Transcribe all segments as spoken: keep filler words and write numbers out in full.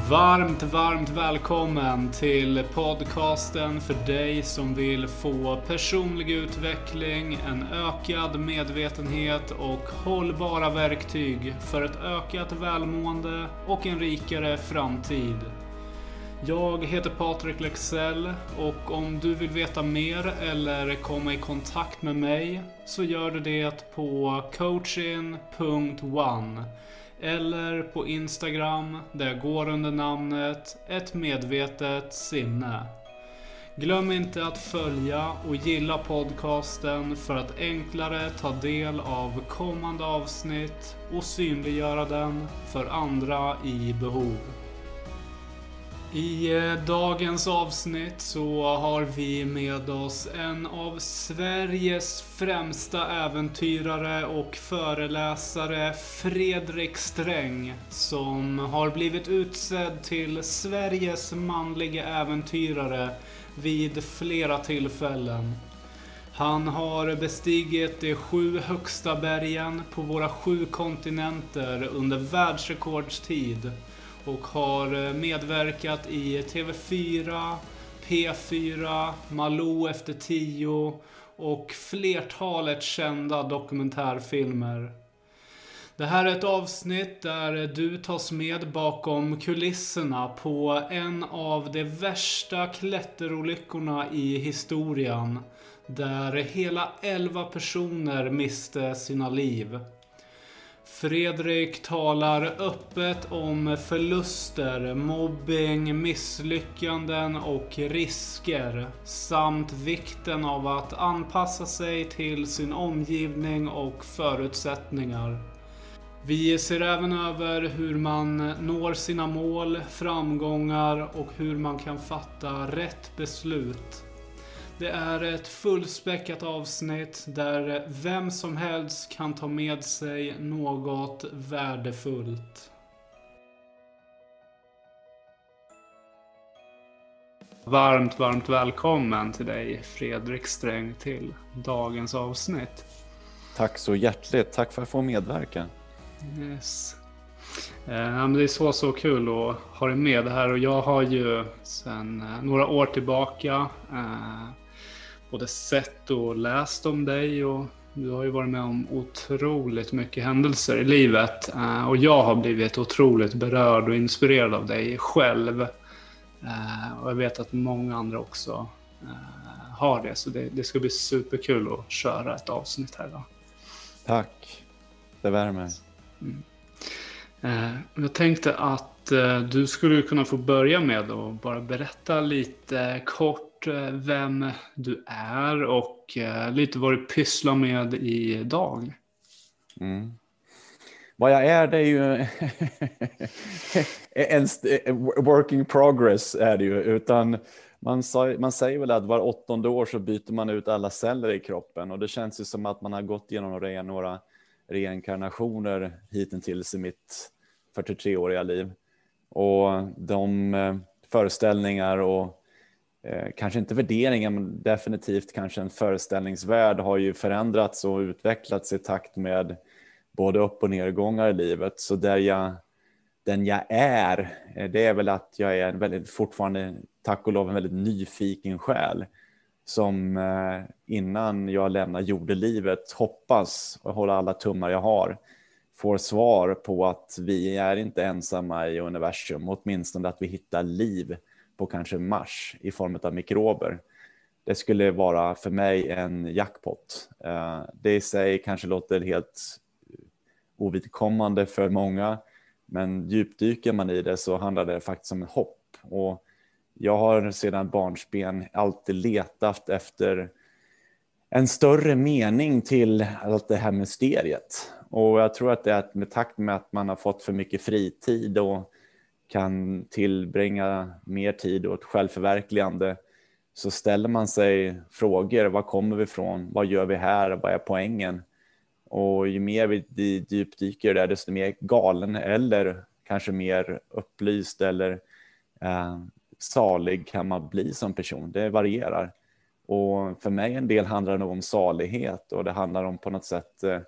Varmt, varmt välkommen till podcasten för dig som vill få personlig utveckling, en ökad medvetenhet och hållbara verktyg för ett ökat välmående och en rikare framtid. Jag heter Patrik Lexell och om du vill veta mer eller komma i kontakt med mig så gör du det på coaching punkt one eller på Instagram där jag går under namnet Ett medvetet sinne. Glöm inte att följa och gilla podcasten för att enklare ta del av kommande avsnitt och synliggöra den för andra i behov. I dagens avsnitt så har vi med oss en av Sveriges främsta äventyrare och föreläsare, Fredrik Sträng, som har blivit utsedd till Sveriges manliga äventyrare vid flera tillfällen. Han har bestigit de sju högsta bergen på våra sju kontinenter under världsrekordstid och har medverkat i T V fyra, P fyra, Malou efter tio och flertalet kända dokumentärfilmer. Det här är ett avsnitt där du tas med bakom kulisserna på en av de värsta klätterolyckorna i historien, där hela elva personer miste sina liv. Fredrik talar öppet om förluster, mobbing, misslyckanden och risker samt vikten av att anpassa sig till sin omgivning och förutsättningar. Vi ser även över hur man når sina mål, framgångar och hur man kan fatta rätt beslut. Det är ett fullspäckat avsnitt där vem som helst kan ta med sig något värdefullt. Varmt, varmt välkommen till dig, Fredrik Sträng, till dagens avsnitt. Tack så hjärtligt. Tack för att få medverka. Yes. Eh, det är så så kul att ha dig med här, och jag har ju sedan några år tillbaka eh, både sett och läst om dig, och du har ju varit med om otroligt mycket händelser i livet, eh, och jag har blivit otroligt berörd och inspirerad av dig själv, eh, och jag vet att många andra också eh, har det, så det, det ska bli superkul att köra ett avsnitt här idag. Tack, det värmer. Mm. Eh, jag tänkte att eh, du skulle kunna få börja med att bara berätta lite kort eh, vem du är och eh, lite vad du pysslar med idag. Mm. Vad jag är, det är ju en st- working progress är det ju, utan man, sa, man säger väl att var åttonde år så byter man ut alla celler i kroppen, och det känns ju som att man har gått igenom några, några reinkarnationer hittills i mitt fyrtiotre-åriga liv, och de eh, föreställningar och eh, kanske inte värderingar, men definitivt kanske en föreställningsvärld har ju förändrats och utvecklats i takt med både upp- och nedgångar i livet. Så där jag, den jag är, det är väl att jag är väldigt, fortfarande tack och lov en väldigt nyfiken själ som eh, innan jag lämnar jordelivet hoppas och håller alla tummar jag har får svar på att vi är inte ensamma i universum, åtminstone att vi hittar liv på kanske Mars i form av mikrober. Det skulle vara för mig en jackpot. Eh, det i sig kanske låter helt ovidkommande för många, men djupdyker man i det så handlar det faktiskt om en hopp. Och jag har sedan barnsben alltid letat efter en större mening till allt det här mysteriet. Och jag tror att det är att med takt med att man har fått för mycket fritid och kan tillbringa mer tid åt självförverkligande, så ställer man sig frågor. Var kommer vi ifrån? Vad gör vi här? Vad är poängen? Och ju mer vi djupdyker där, desto mer galen eller kanske mer upplyst eller eh, salig kan man bli som person. Det varierar. Och för mig en del handlar det nog om salighet, och det handlar om på något sätt eh,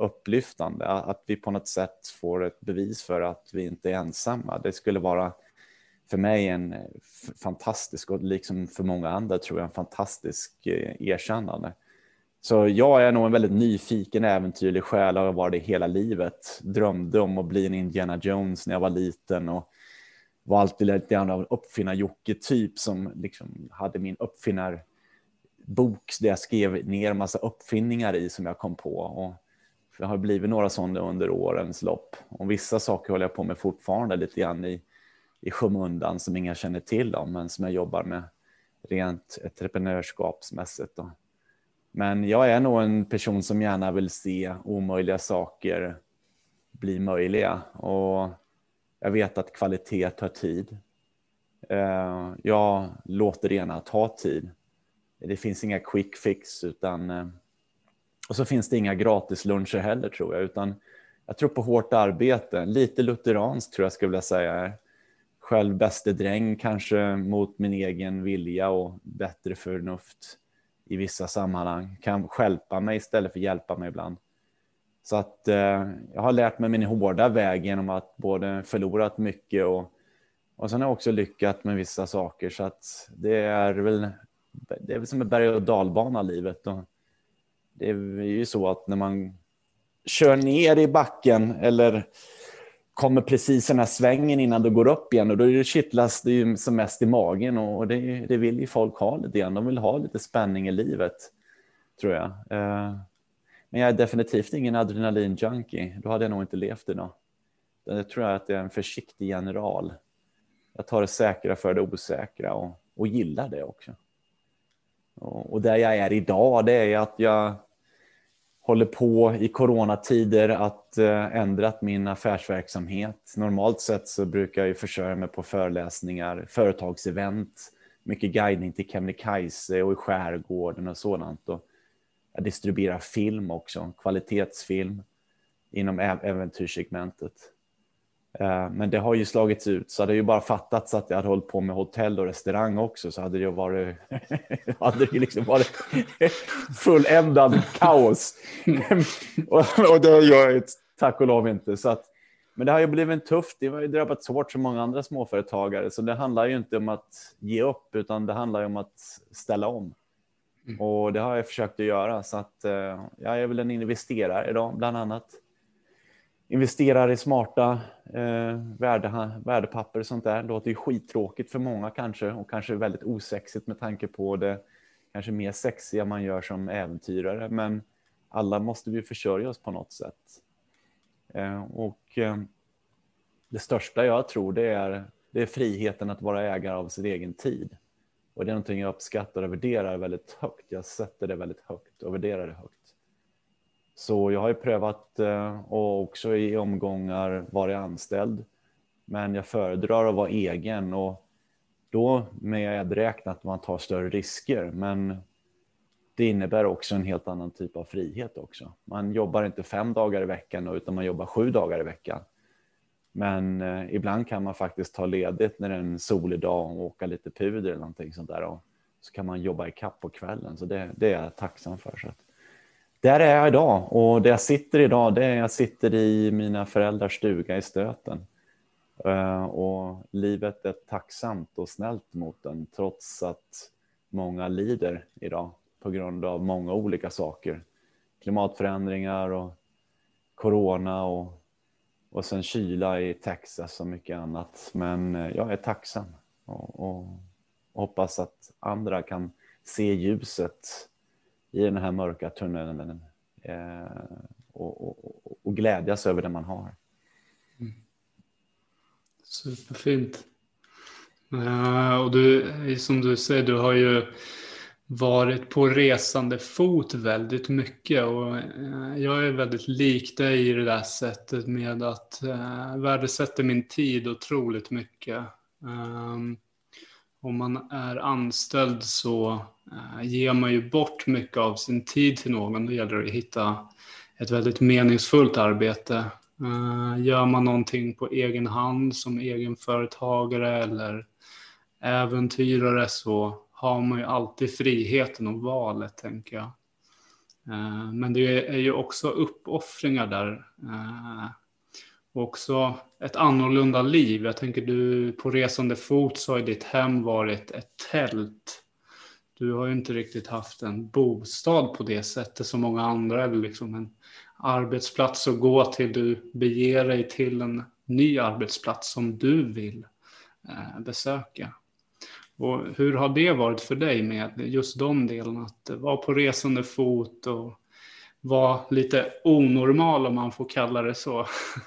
upplyftande. Att vi på något sätt får ett bevis för att vi inte är ensamma. Det skulle vara för mig en f- fantastisk, och liksom för många andra tror jag en fantastisk eh, erkännande. Så jag är nog en väldigt nyfiken, äventyrlig själ och har varit det hela livet. Drömde om att bli en Indiana Jones när jag var liten och var alltid lite grann av en uppfinnar-Jocke-typ som liksom hade min uppfinnarbok där jag skrev ner en massa uppfinningar i som jag kom på. Och det har blivit några sådana under årens lopp. Och vissa saker håller jag på med fortfarande lite grann i, i skymundan som inga känner till om, men som jag jobbar med rent entreprenörskapsmässigt då. Men jag är nog en person som gärna vill se omöjliga saker bli möjliga. Och jag vet att kvalitet tar tid. Jag låter det gärna ta tid. Det finns inga quick fix utan... Och så finns det inga gratis luncher heller tror jag. Utan jag tror på hårt arbete. Lite lutheranskt tror jag skulle vilja säga. Själv bäste dräng kanske mot min egen vilja och bättre förnuft i vissa sammanhang. Kan stjälpa mig istället för hjälpa mig ibland. Så att eh, jag har lärt mig min hårda väg genom att både förlorat mycket och, och sen har jag också lyckats med vissa saker. Så att det är väl, det är väl som en berg- och dalbana livet. Och det är ju så att när man kör ner i backen eller kommer precis den här svängen innan du går upp igen och då är det kittlas det ju som mest i magen och det, det vill ju folk ha lite grann. De vill ha lite spänning i livet, tror jag. Men jag är definitivt ingen adrenalin-junkie. Då hade jag nog inte levt idag. Jag tror att jag är en försiktig general. Jag tar det säkra för det osäkra och, och gillar det också. Och, och där jag är idag, det är att jag håller på i coronatider att eh, ändra min affärsverksamhet. Normalt sett så brukar jag ju försörja mig på föreläsningar, företagsevent, mycket guidning till Kebnekaise och i skärgården och sådant. Och jag distribuerar film också, kvalitetsfilm inom äventyrssegmentet. Eh, men det har ju slagits ut, så hade det ju bara fattats att jag hade hållit på med hotell och restaurang också, så hade det ju varit, hade det liksom varit fulländad kaos. och, och det gör jag tack och lov inte. Så att, men det har ju blivit tufft, det har ju drabbat så hårt som många andra småföretagare, så det handlar ju inte om att ge upp, utan det handlar ju om att ställa om. Mm. Och det har jag försökt att göra, så att eh, jag är väl en investerare idag bland annat. Investerar i smarta eh, värde, värdepapper och sånt där. Det låter ju skittråkigt för många kanske. Och kanske väldigt osexigt med tanke på det kanske mer sexiga man gör som äventyrare. Men alla måste vi försörja oss på något sätt. Eh, och eh, det största jag tror det är, det är friheten att vara ägare av sin egen tid. Och det är någonting jag uppskattar och värderar väldigt högt. Jag sätter det väldigt högt och värderar det högt. Så jag har ju prövat och också i omgångar varit anställd. Men jag föredrar att vara egen och då med räknat att man tar större risker. Men det innebär också en helt annan typ av frihet också. Man jobbar inte fem dagar i veckan utan man jobbar sju dagar i veckan. Men eh, ibland kan man faktiskt ta ledigt när det är en solig dag och åka lite puder eller någonting sånt där. Och så kan man jobba i kapp på kvällen. Så det, det är jag tacksam för. Så att där är jag idag, och där jag sitter idag, det är jag sitter i mina föräldrars stuga i Stöten. Uh, och livet är tacksamt och snällt mot den, trots att många lider idag på grund av många olika saker. Klimatförändringar och corona och, och sen kyla i Texas och mycket annat. Men uh, jag är tacksam och, och, och hoppas att andra kan se ljuset i den här mörka tunneln eh, och, och, och glädjas över det man har. Mm. Superfint. Uh, och du, som du säger, du har ju varit på resande fot väldigt mycket och uh, jag är väldigt lik dig i det där sättet med att uh, värdesätta min tid otroligt mycket. Um, Om man är anställd så äh, ger man ju bort mycket av sin tid till någon. Det gäller att hitta ett väldigt meningsfullt arbete. Äh, gör man någonting på egen hand som egenföretagare eller äventyrare så har man ju alltid friheten och valet, tänker jag. Äh, men det är ju också uppoffringar där. Äh, Och också ett annorlunda liv. Jag tänker du på resande fot så har ditt hem varit ett tält. Du har ju inte riktigt haft en bostad på det sättet som många andra. Eller liksom en arbetsplats att gå till. Du beger dig till en ny arbetsplats som du vill eh, besöka. Och hur har det varit för dig med just de delarna? Att vara på resande fot och vara lite onormal om man får kalla det så.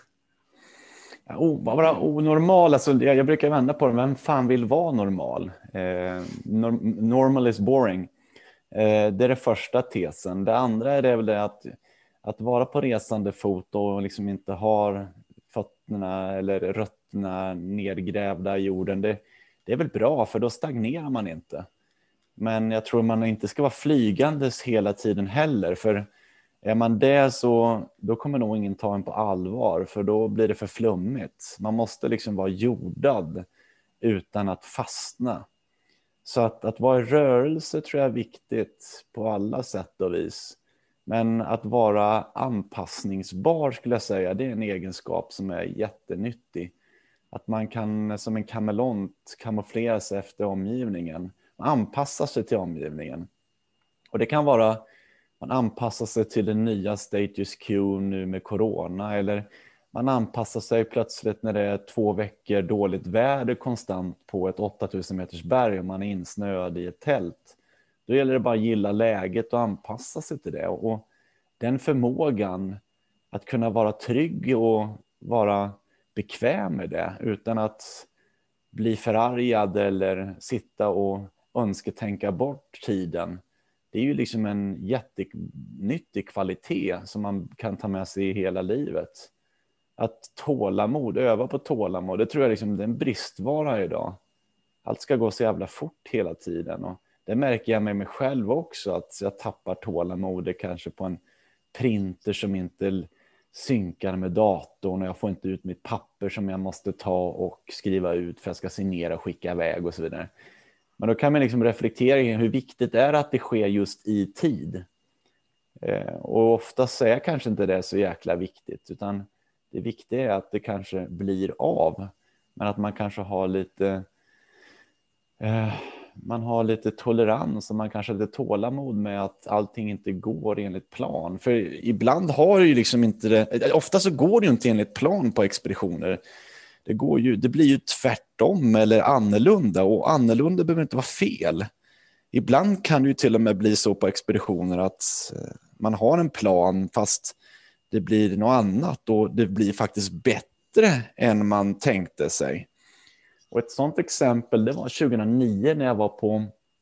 Ja, o, bara onormal, alltså, jag, jag brukar vända på det. Vem fan vill vara normal? Eh, norm, normal is boring. Eh, det är det första tesen. Det andra är det väl det att, att vara på resande fot och liksom inte ha fötterna eller rötterna nedgrävda i jorden. Det, det är väl bra, för då stagnerar man inte. Men jag tror man inte ska vara flygandes hela tiden heller, för är man det så då kommer nog ingen ta en på allvar, för då blir det för flummigt. Man måste liksom vara jordad utan att fastna. Så att, att vara i rörelse tror jag är viktigt på alla sätt och vis. Men att vara anpassningsbar skulle jag säga, det är en egenskap som är jättenyttig. Att man kan som en kameleont kamouflera sig efter omgivningen. Anpassa sig till omgivningen. Och det kan vara man anpassar sig till den nya status quo nu med corona, eller man anpassar sig plötsligt när det är två veckor dåligt väder konstant på ett åttatusen meters berg och man är insnöad i ett tält. Då gäller det bara att gilla läget och anpassa sig till det. Och den förmågan att kunna vara trygg och vara bekväm med det utan att bli förargad eller sitta och önsketänka bort tiden. Det är ju liksom en jättenyttig kvalitet som man kan ta med sig i hela livet. Att tålamod, öva på tålamod, det tror jag liksom det är en bristvara idag. Allt ska gå så jävla fort hela tiden, och det märker jag med mig själv också, att jag tappar tålamod kanske på en printer som inte synkar med datorn, och jag får inte ut mitt papper som jag måste ta och skriva ut för att jag ska signera och skicka iväg och så vidare. Men då kan man liksom reflektera i hur viktigt det är att det sker just i tid. Eh, och oftast är kanske inte det så jäkla viktigt, utan det viktiga är att det kanske blir av. Men att man kanske har lite eh, man har lite tolerans och man kanske har lite tålamod med att allting inte går enligt plan. För ibland har det ju liksom inte det, ofta så går det ju inte enligt plan på expeditioner. Det, går ju, det blir ju tvärtom eller annorlunda, och annorlunda behöver inte vara fel. Ibland kan det ju till och med bli så på expeditioner att man har en plan fast det blir något annat och det blir faktiskt bättre än man tänkte sig. Och ett sånt exempel, det var tjugohundranio när jag var på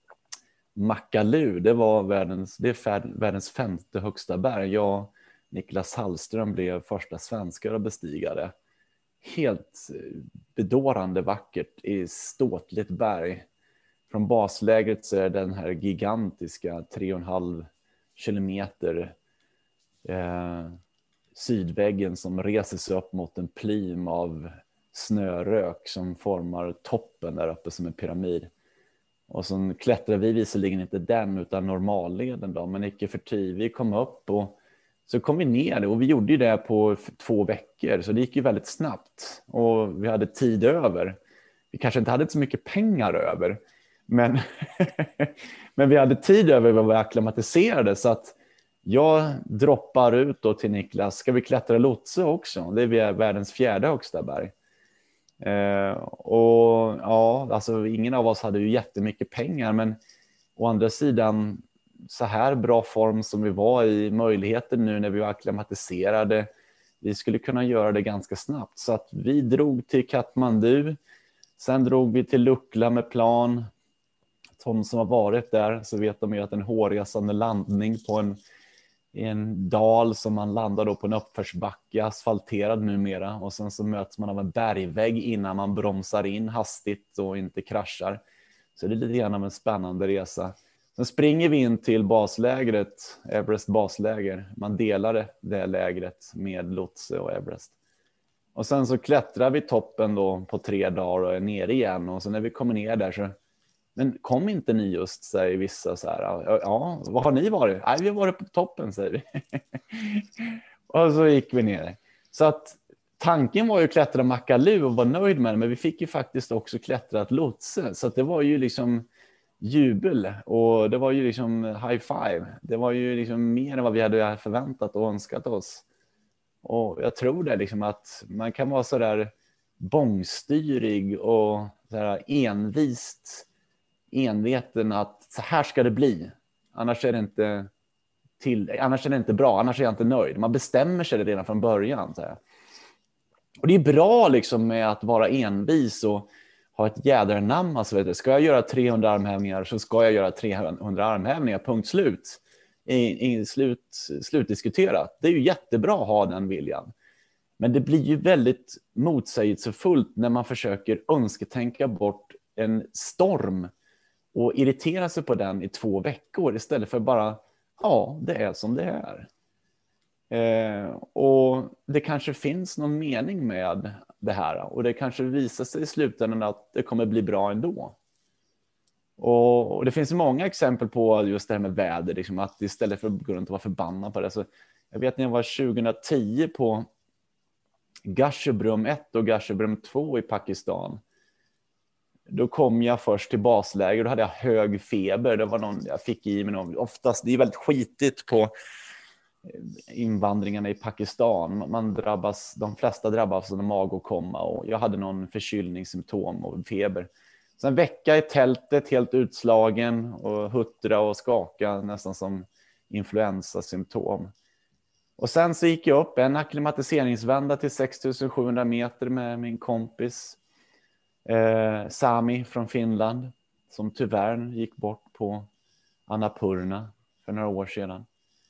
Makalu. Det var världens, det är världens femte högsta berg. Jag, Niklas Hallström, blev första svenskar att bestiga det. Helt bedårande vackert i ståtligt berg. Från baslägret så är den här gigantiska tre och en halv kilometer eh, sydväggen som reser sig upp mot en plym av snörök som formar toppen där uppe som en pyramid. Och så klättrar vi visserligen inte den utan normalleden då, men icke förty. Vi kom upp och så kom vi ner, och vi gjorde ju det på två veckor, så det gick ju väldigt snabbt och vi hade tid över. Vi kanske inte hade så mycket pengar över, men, men vi hade tid över, vi var akklimatiserade, så att jag droppar ut då till Niklas, ska vi klättra Lhotse också? Det är världens fjärde högsta berg. Eh, och ja, alltså ingen av oss hade ju jättemycket pengar, men å andra sidan så här bra form som vi var i, möjligheten nu när vi var akklimatiserade, vi skulle kunna göra det ganska snabbt. Så att vi drog till Kathmandu, sen drog vi till Lukla med plan. De som har varit där så vet de ju att en hårresande landning på en, en dal som man landar då på en uppförsbacke, asfalterad numera, och sen så möts man av en bergvägg innan man bromsar in hastigt och inte kraschar. Så det är lite grann av en spännande resa. Sen springer vi in till baslägret, Everest basläger. Man delade det lägret med Lhotse och Everest. Och sen så klättrar vi toppen då på tre dagar och är nere igen. Och sen när vi kommer ner där så, men kom inte ni just, säger vissa så här. Ja, vad har ni varit? Nej, vi har varit på toppen, säger vi. Och så gick vi ner. Så att tanken var ju att klättra Makalu och vara nöjd med det, men vi fick ju faktiskt också klättra ett Lhotse, så att det var ju liksom jubel och det var ju liksom high five. Det var ju liksom mer än vad vi hade förväntat och önskat oss. Och jag tror det liksom att man kan vara så där bångstyrig och så här envist enveten att så här ska det bli. Annars är det inte till, annars är det inte bra, annars är jag inte nöjd. Man bestämmer sig redan från början så här. Och det är bra liksom med att vara envis och ha ett jädernamn. Alltså, vet du, ska jag göra trehundra armhävningar så ska jag göra trehundra armhävningar, punkt slut. I, i slut, slutdiskuterat. Det är ju jättebra att ha den viljan. Men det blir ju väldigt motsägelsefullt när man försöker önsketänka bort en storm och irritera sig på den i två veckor istället för bara, ja, det är som det är. Eh, och det kanske finns någon mening med det här och det kanske visar sig i slutändan att det kommer bli bra ändå. Och, och det finns många exempel på just det här med väder, liksom att istället för att gå runt och vara förbannad på det. Så jag vet när jag var tjugohundratio på Gasherbrum ett och Gasherbrum två i Pakistan. Då kom jag först till basläger, då hade jag hög feber. Det var någon jag fick i mig någon, oftast, det är väldigt skitigt på invandringarna i Pakistan. Man drabbas, de flesta drabbas av magåkomma och jag hade någon förkylningssymptom och feber. Så en vecka i tältet, helt utslagen och huttra och skaka nästan som influensasymptom. Och sen så gick jag upp en akklimatiseringsvända till sex tusen sjuhundra meter med min kompis eh, Sami från Finland som tyvärr gick bort på Annapurna för några år sedan.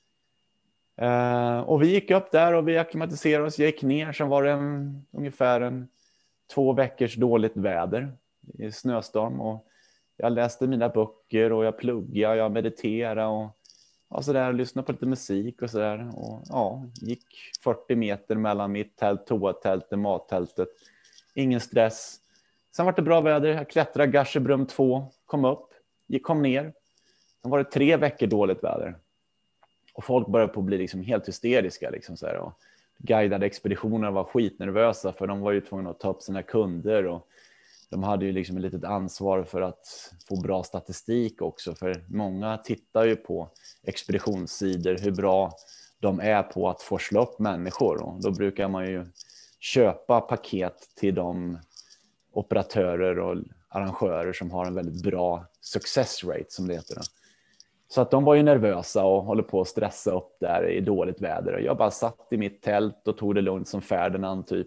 Eh, och vi gick upp där och vi akklimatiserade oss, jag gick ner, sen var det en, ungefär en två veckors dåligt väder i snöstorm och jag läste mina böcker och jag pluggade, jag mediterade och, och så där, lyssnade på lite musik och så där och ja, gick fyrtio meter mellan mitt tält, toatältet, mattältet. Ingen stress. Sen var det bra väder, jag klättrade Gasherbrum två, kom upp, gick kom ner. Sen var det tre veckor dåligt väder. Och folk började på att bli liksom helt hysteriska liksom så här, och guidade expeditioner var skitnervösa för de var ju tvungna att ta upp sina kunder och de hade ju liksom ett litet ansvar för att få bra statistik också, för många tittar ju på expeditionssidor hur bra de är på att forsla upp människor och då brukar man ju köpa paket till de operatörer och arrangörer som har en väldigt bra success rate som det heter. Så att de var ju nervösa och håller på att stressa upp där i dåligt väder och jag bara satt i mitt tält och tog det lugnt som Ferdinand typ.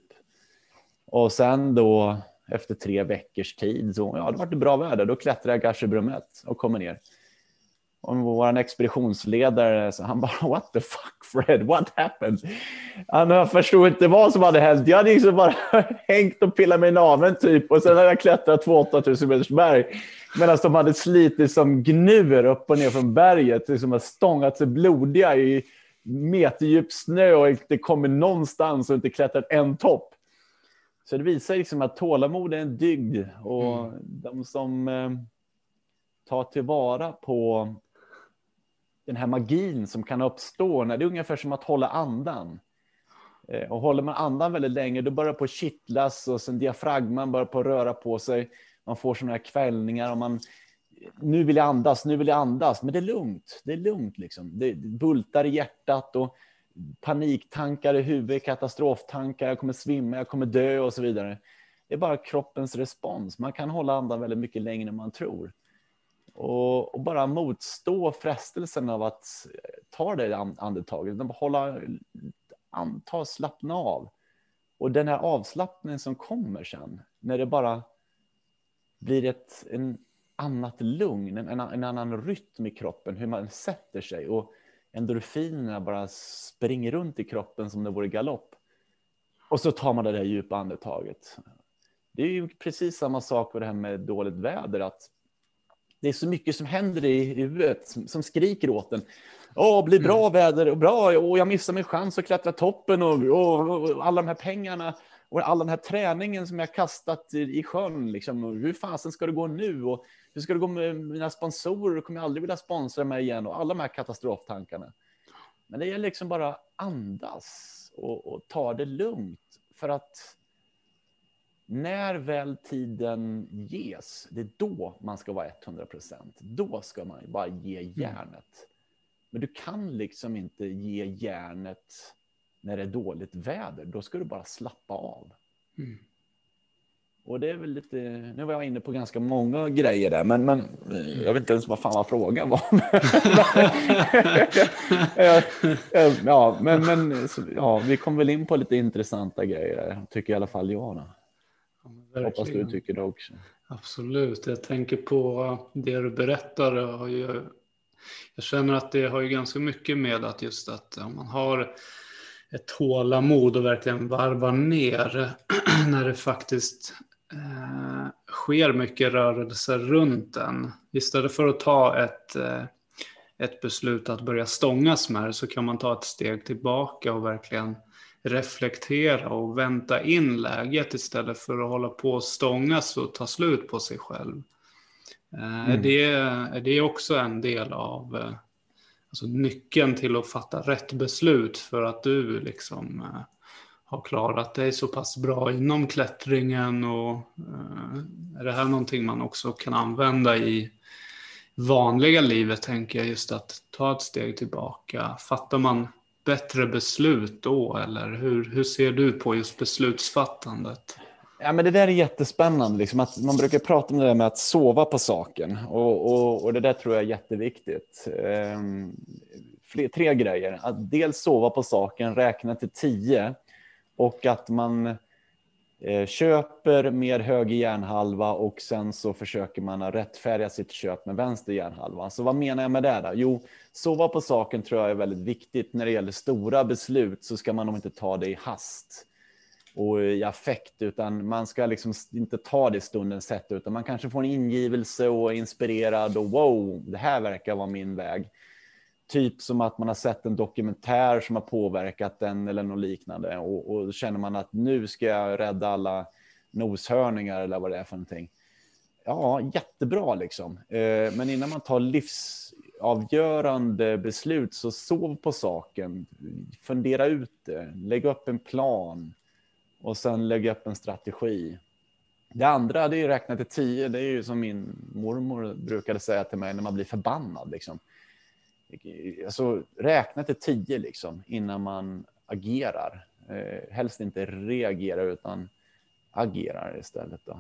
Och sen då efter tre veckors tid så ja, det var det bra väder. Då klättrade jag Gasherbrum ett och kommer ner. Och vår expeditionsledare så han bara, what the fuck Fred, what happened? Han förstod inte vad som hade hänt. Jag hade liksom bara hängt och pillat mig i naveln typ. Och sen hade jag klättrat två åtta tusen meters berg. Medan de hade slitit som gnur upp och ner från berget. Liksom har stångat sig blodiga i meterdjup snö och inte kommit någonstans och inte klättrat en topp. Så det visar liksom att tålamod är en dygd och mm. de som eh, tar tillvara på den här magin som kan uppstå när det är ungefär som att hålla andan. Eh, och håller man andan väldigt länge då börjar det på att kittlas och sen diafragman börjar på att röra på sig. Man får såna här kvällningar och man nu vill jag andas, nu vill jag andas, men det är lugnt. Det är lugnt liksom. Det bultar i hjärtat och paniktankar i huvudet, katastroftankar, jag kommer svimma, jag kommer dö och så vidare. Det är bara kroppens respons. Man kan hålla andan väldigt mycket längre än man tror. Och, och bara motstå frestelsen av att ta det andetaget. Hålla, anta, slappna av. Och den här avslappningen som kommer sen, när det bara blir ett en annat lugn, en, en annan rytm i kroppen, hur man sätter sig och endorfinerna bara springer runt i kroppen som det vore galopp. Och så tar man det där djupa andetaget. Det är ju precis samma sak med det här med dåligt väder. Att det är så mycket som händer i huvudet som, som skriker åt en. Åh, blir bra mm. väder och bra. Och jag missar min chans att klättra toppen. Och, och, och alla de här pengarna och all den här träningen som jag kastat i, i sjön. Liksom. Hur fasen ska det gå nu? Och hur ska det gå med mina sponsorer? Kommer jag aldrig vilja sponsra mig igen? Och alla de här katastroftankarna. Men det är liksom bara andas och, och ta det lugnt. för att när väl tiden ges, det är då man ska vara hundra procent. Då ska man bara ge järnet. Mm. Men du kan liksom inte ge järnet när det är dåligt väder. Då ska du bara slappa av. Mm. Och det är väl lite, nu var jag inne på ganska många grejer där, men, men jag vet inte ens vad fan vad frågan var. ja, men, men ja, vi kom väl in på lite intressanta grejer, tycker i alla fall jag. Då. Ja, hoppas du tycker det också. Absolut, jag tänker på det du berättar. Har ju, jag känner att det har ju ganska mycket med att just att om man har ett tålamod och verkligen varvar ner när det faktiskt eh, sker mycket rörelser runt en. Istället för att ta ett, eh, ett beslut att börja stångas med, så kan man ta ett steg tillbaka och verkligen reflektera och vänta in läget istället för att hålla på och stångas och ta slut på sig själv. Mm. Är, det, är det också en del av eh, alltså nyckeln till att fatta rätt beslut för att du liksom eh, har klarat dig så pass bra inom klättringen, och eh, är det här någonting man också kan använda i vanliga livet, tänker jag, just att ta ett steg tillbaka. Fattar man bättre beslut då, eller hur, hur ser du på just beslutsfattandet? Ja, men det där är jättespännande. Liksom, att man brukar prata om det där med att sova på saken. Och, och, och det där tror jag är jätteviktigt. Ehm, fler, tre grejer. Att dels sova på saken, räkna till tio. Och att man eh, köper mer höger hjärnhalva och sen så försöker man rättfärdiga sitt köp med vänster hjärnhalva. Så vad menar jag med det då? Jo, sova på saken tror jag är väldigt viktigt. När det gäller stora beslut så ska man nog inte ta det i hast och i affekt, utan man ska liksom inte ta det stundens sätt, utan man kanske får en ingivelse och är inspirerad och wow, det här verkar vara min väg. Typ som att man har sett en dokumentär som har påverkat den eller något liknande, och, och då känner man att nu ska jag rädda alla noshörningar eller vad det är för någonting. Ja, jättebra liksom. Eh, men innan man tar livsavgörande beslut, så sov på saken, fundera ut det, lägg upp en plan. Och sen lägga upp en strategi. Det andra, det är ju räkna till tio. Det är ju som min mormor brukade säga till mig när man blir förbannad. Liksom. Alltså, räkna till tio liksom, innan man agerar. Eh, helst inte reagera utan agerar istället. Då.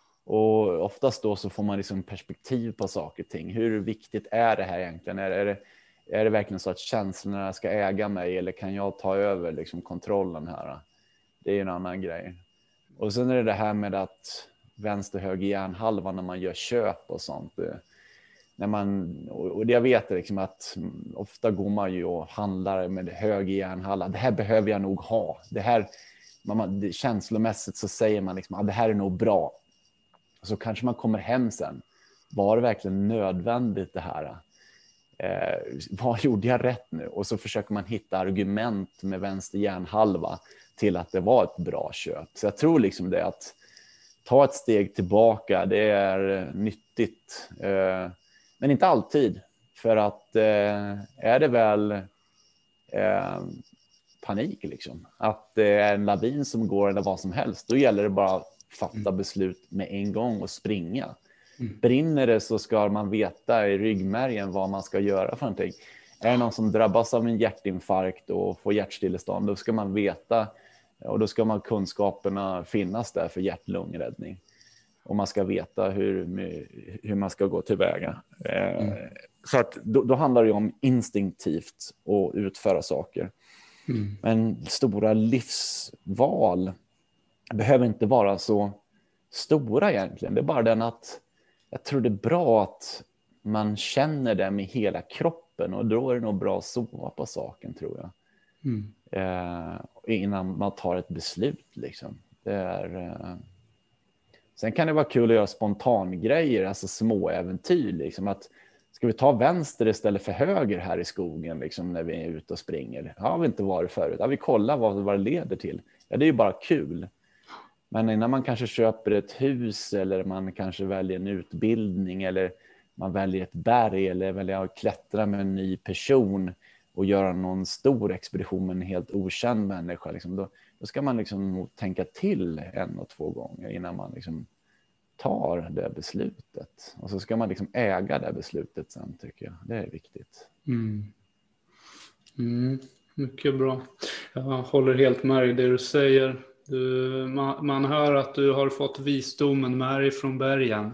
Och oftast då så får man liksom perspektiv på saker och ting. Hur viktigt är det här egentligen? Är, är, det, är det verkligen så att känslorna ska äga mig, eller kan jag ta över liksom, kontrollen här? Det är en annan grej. Och sen är det det här med att vänster höger hjärnhalva när man gör köp och sånt. När man, och det jag vet liksom att ofta går man ju och handlar med höger hjärnhalva. Det här behöver jag nog ha. Det här, man, det, känslomässigt så säger man liksom att det här är nog bra. Så kanske man kommer hem sen. Var det verkligen nödvändigt det här? Eh, vad gjorde jag rätt nu? Och så försöker man hitta argument med vänster hjärnhalva till att det var ett bra köp. Så jag tror liksom det att ta ett steg tillbaka, det är nyttigt. Eh, men inte alltid. För att eh, är det väl eh, panik liksom, att det är en lavin som går eller vad som helst, då gäller det bara att fatta beslut med en gång och springa. Mm. Brinner det så ska man veta i ryggmärgen vad man ska göra för någonting. Är det någon som drabbas av en hjärtinfarkt och får hjärtstillestånd, då ska man veta, och då ska man kunskaperna finnas där för hjärt-lungräddning. Och man ska veta hur, hur man ska gå tillväga. Mm. Så att då, då handlar det om instinktivt att utföra saker. Mm. Men stora livsval behöver inte vara så stora egentligen. Det är bara den att jag tror det är bra att man känner det med hela kroppen, och då är det nog bra att sova på saken, tror jag. Mm. Eh, innan man tar ett beslut liksom. Det är, eh... Sen kan det vara kul att göra spontangrejer, alltså små äventyr liksom, att ska vi ta vänster istället för höger här i skogen liksom, när vi är ute och springer? Det har vi inte varit förut. Ja, vi kollar vad, vad det leder till. Ja, det är ju bara kul. Men innan man kanske köper ett hus, eller man kanske väljer en utbildning, eller man väljer ett berg, eller väljer att klättra med en ny person, och göra någon stor expedition med en helt okänd människa, liksom, då, då ska man liksom nog tänka till en och två gånger innan man liksom tar det beslutet. Och så ska man liksom äga det beslutet sen, tycker jag. Det är viktigt. Mm. Mm. Mycket bra. Jag håller helt med i det du säger. Du, man, man hör att du har fått visdomen med dig från bergen.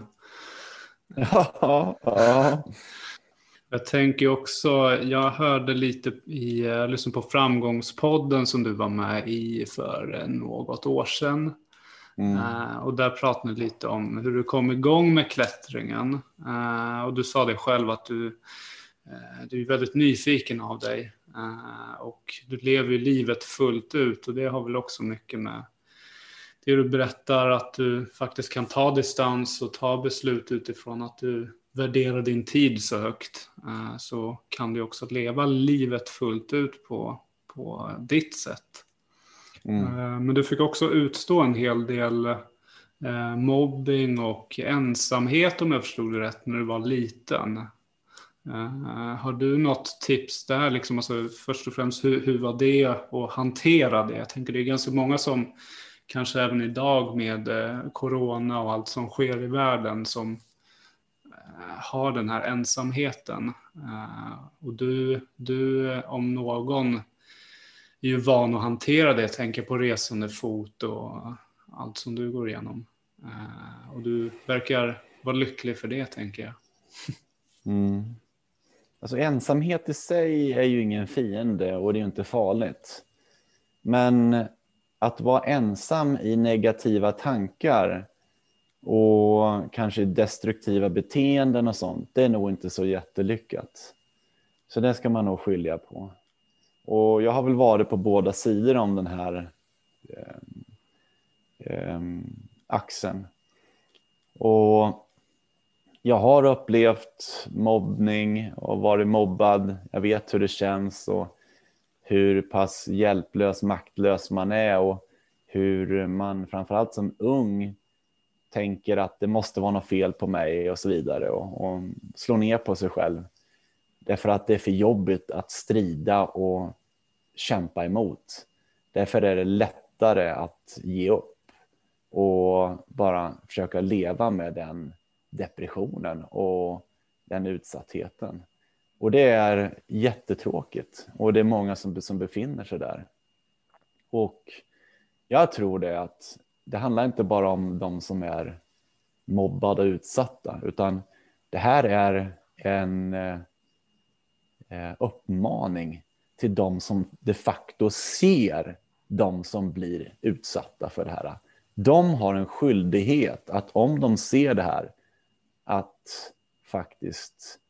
Ja, ja. Jag tänker också, jag hörde lite i, jag lyssnade på Framgångspodden som du var med i för något år sedan. Mm. Uh, och där pratade ni lite om hur du kom igång med klättringen. Uh, och du sa det själv att du, uh, du är väldigt nyfiken av dig. Uh, och du lever ju livet fullt ut, och det har väl också mycket med det du berättar, att du faktiskt kan ta distans och ta beslut utifrån att du värderar din tid så högt. Uh, så kan du också leva livet fullt ut på, på ditt sätt. Mm. Men du fick också utstå en hel del eh, mobbing och ensamhet, om jag förstod det rätt, när du var liten. Eh, har du något tips där? Liksom, alltså, först och främst, hur, hur var det att hantera det? Jag tänker det är ganska många som, kanske även idag med eh, corona och allt som sker i världen, som eh, har den här ensamheten. Eh, och du, du om någon är ju van att hantera det. Jag tänker på resande fot och allt som du går igenom. Uh, och du verkar vara lycklig för det, tänker jag. Mm. Alltså ensamhet i sig är ju ingen fiende, och det är ju inte farligt. Men att vara ensam i negativa tankar och kanske destruktiva beteenden och sånt, det är nog inte så jättelyckat. Så det ska man nog skilja på. Och jag har väl varit på båda sidor om den här eh, eh, axeln. Och jag har upplevt mobbning och varit mobbad. Jag vet hur det känns och hur pass hjälplös, maktlös man är, och hur man framförallt som ung tänker att det måste vara något fel på mig och så vidare, och, och slå ner på sig själv. Därför att det är för jobbigt att strida och kämpa emot. Därför är det lättare att ge upp och bara försöka leva med den depressionen och den utsattheten. Och det är jättetråkigt. Och det är många som, som befinner sig där. Och jag tror det att det handlar inte bara om de som är mobbade och utsatta, utan det här är en eh, uppmaning till de som de facto ser de som blir utsatta för det här. De har en skyldighet att, om de ser det här, att faktiskt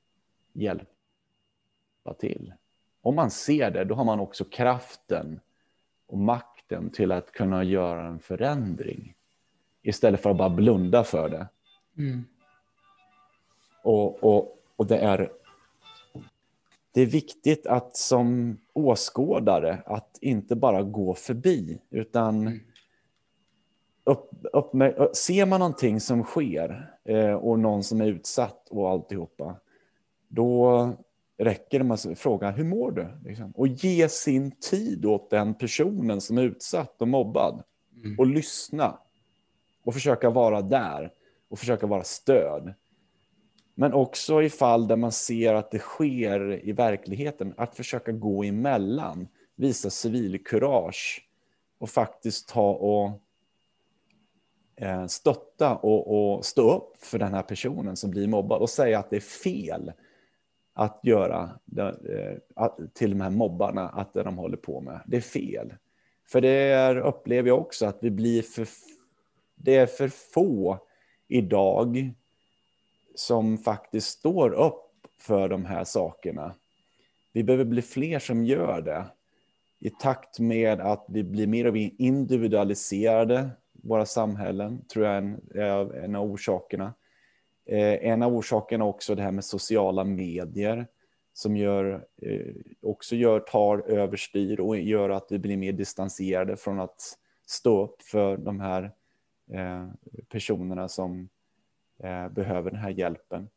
hjälpa till. Om man ser det, då har man också kraften och makten till att kunna göra en förändring, istället för att bara blunda för det. Mm. Och, och, och det är det är viktigt att som åskådare att inte bara gå förbi, utan mm. upp, upp med, ser man någonting som sker eh, och någon som är utsatt och alltihopa, då räcker det med att fråga, hur mår du? Liksom. Och ge sin tid åt den personen som är utsatt och mobbad. Mm. Och lyssna. Och försöka vara där. Och försöka vara stöd. Men också i fall där man ser att det sker i verkligheten, att försöka gå emellan. Visa civilkurage. Och faktiskt ta och eh, stötta och, och stå upp för den här personen som blir mobbad. Och säga att det är fel att göra till de här mobbarna att det de håller på med. Det är fel. För det är, upplever jag också, att vi blir för, det är för få idag som faktiskt står upp för de här sakerna. Vi behöver bli fler som gör det. I takt med att vi blir mer och mer individualiserade, våra samhällen, tror jag är en av orsakerna. Eh, en av orsakerna också det här med sociala medier som gör, eh, också gör, tar överstyr och gör att vi blir mer distanserade från att stå upp för de här eh, personerna som eh, behöver den här hjälpen.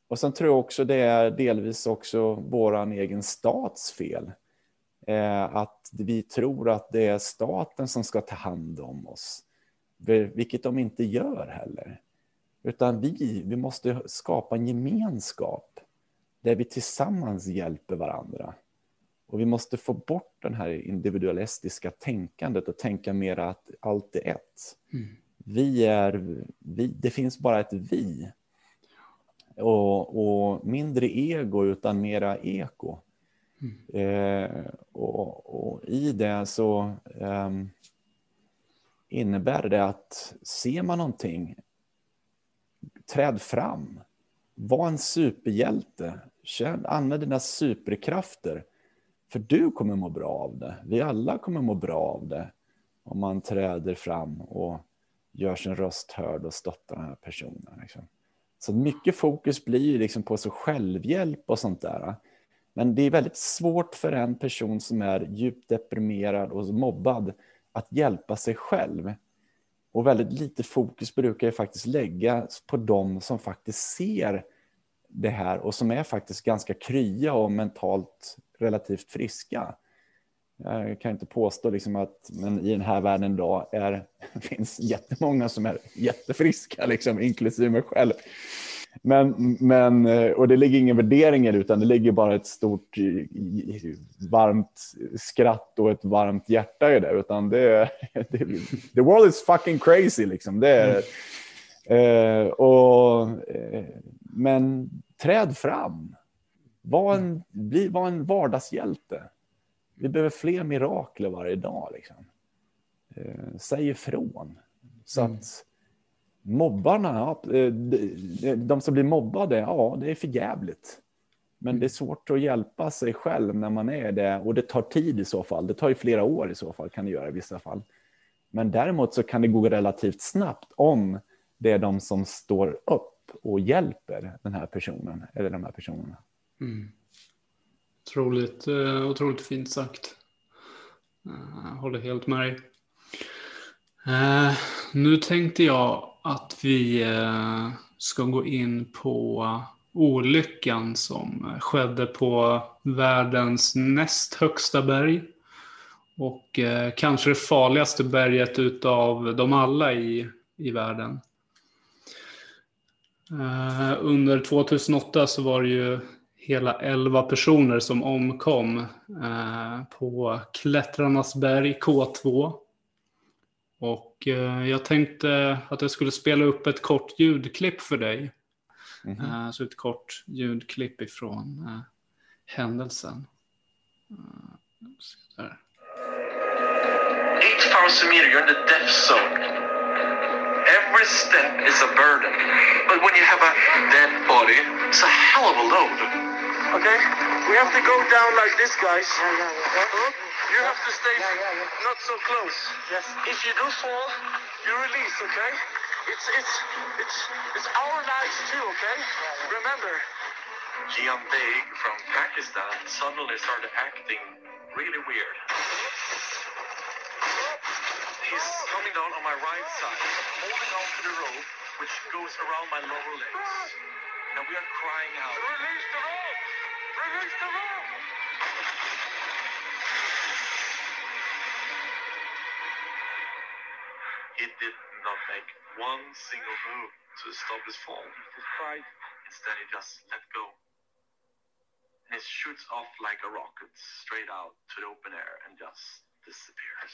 Och sen tror jag också det är delvis också våran egen stats fel. Eh, att vi tror att det är staten som ska ta hand om oss. Vilket de inte gör heller. Utan vi, vi måste skapa en gemenskap där vi tillsammans hjälper varandra. Och vi måste få bort den här individualistiska tänkandet och tänka mer att allt är ett. Mm. Vi är, vi, det finns bara ett vi. Och, och mindre ego utan mera eko. Mm. Eh, och, och i det så eh, innebär det att ser man någonting, träd fram. Var en superhjälte. Känn, använd dina superkrafter. För du kommer må bra av det. Vi alla kommer må bra av det. Om man träder fram och gör sin röst hörd och stöttar den här personen. Liksom. Så mycket fokus blir liksom på så självhjälp och sånt där. Men det är väldigt svårt för en person som är djupt deprimerad och mobbad att hjälpa sig själv. Och väldigt lite fokus brukar ju faktiskt läggas på dem som faktiskt ser det här och som är faktiskt ganska krya och mentalt relativt friska. Jag kan inte påstå liksom att men i den här världen idag är, finns jättemånga som är jättefriska, liksom, inklusive mig själv. Men, men, och det ligger ingen värdering i det, utan det ligger bara ett stort varmt skratt och ett varmt hjärta i det. Utan det, det the world is fucking crazy liksom. Det är, mm. eh, och, eh, men träd fram. Var en, bli, var en vardagshjälte. Vi behöver fler mirakler varje dag. Liksom. Eh, säg ifrån. Så mm. att mobbarna, de som blir mobbade, ja, det är för jävligt. Men mm. det är svårt att hjälpa sig själv när man är det. Och det tar tid i så fall. Det tar ju flera år i så fall, kan det göra i vissa fall. Men däremot så kan det gå relativt snabbt om det är de som står upp och hjälper den här personen eller de här personerna. Mm. Otroligt, otroligt fint sagt. Jag håller helt med dig. Uh, nu tänkte jag att vi uh, ska gå in på olyckan som skedde på världens näst högsta berg. Och uh, kanske det farligaste berget utav dem alla i, i världen. Uh, under tjugohundraåtta så var det ju hela elva personer som omkom uh, på Klättrarnas berg K två. Och eh, jag tänkte att jag skulle spela upp ett kort ljudklipp för dig. Mm-hmm. eh, så ett kort ljudklipp ifrån eh, händelsen. Uh, eight thousand meter, you're in the death zone. Every step is a burden. But when you have a dead body, it's a hell of a load. Okay? We have to go down like this, guys. Yeah, yeah, yeah. You have to stay yeah, yeah, yeah. not so close. Yes. If you do fall, you release, okay? It's it's it's it's our lives too, okay? Yeah, yeah. Remember. Jian Beig from Pakistan suddenly started acting really weird. He's coming down on my right side, holding on to the rope, which goes around my lower legs. And we are crying out. Release the rope! Release the rope! He did not make one single move to stop his fall. He just tried. Instead, he just let go. And it shoots off like a rocket straight out to the open air and just disappears.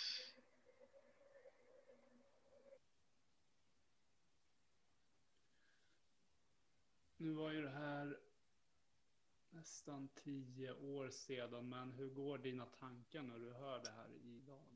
Nu var ju det här nästan tio år sedan, men hur går dina tankar när du hör det här idag?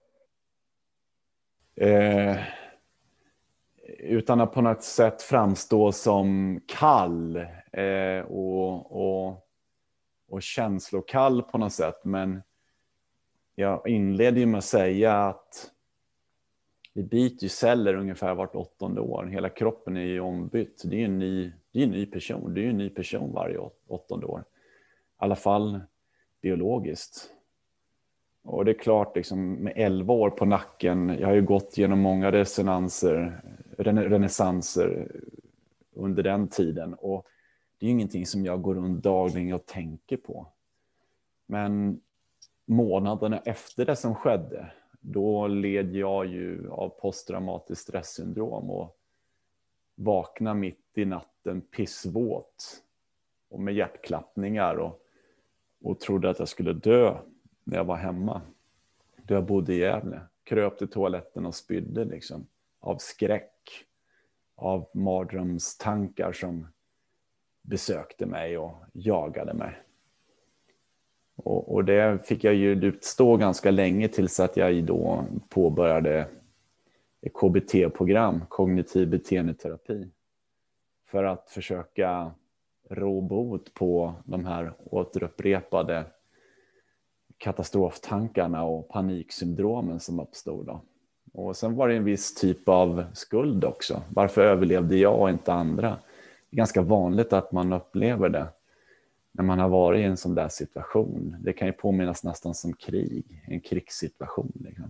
Eh, utan att på något sätt framstå som kall eh, och, och, och känslokall på något sätt. Men jag inledde ju med att säga att vi byter ju celler ungefär vart åttonde år. Hela kroppen är ju ombytt. Det är ju en ny, det är en ny person. Det är ju en ny person varje åttonde år. I alla fall biologiskt. Och det är klart, liksom, med elva år på nacken, jag har ju gått genom många resonanser, renässanser under den tiden. Och det det är ju ingenting som jag går runt dagligen och tänker på. Men månaderna efter det som skedde, då led jag ju av posttraumatiskt stresssyndrom och vaknade mitt i natten pissvåt och med hjärtklappningar och, och trodde att jag skulle dö när jag var hemma. Då jag bodde i Gävle. Kröp till toaletten och spydde liksom av skräck, av mardrömstankar som besökte mig och jagade mig. Och, och det fick jag ju utstå ganska länge tills att jag då påbörjade ett K B T-program, kognitiv beteendeterapi, för att försöka rå bot på de här återupprepade katastroftankarna och paniksyndromen som uppstod då. Och sen var det en viss typ av skuld också. Varför överlevde jag och inte andra? Det är ganska vanligt att man upplever det när man har varit i en sån där situation. Det kan ju påminnas nästan som krig, en krigssituation. Liksom.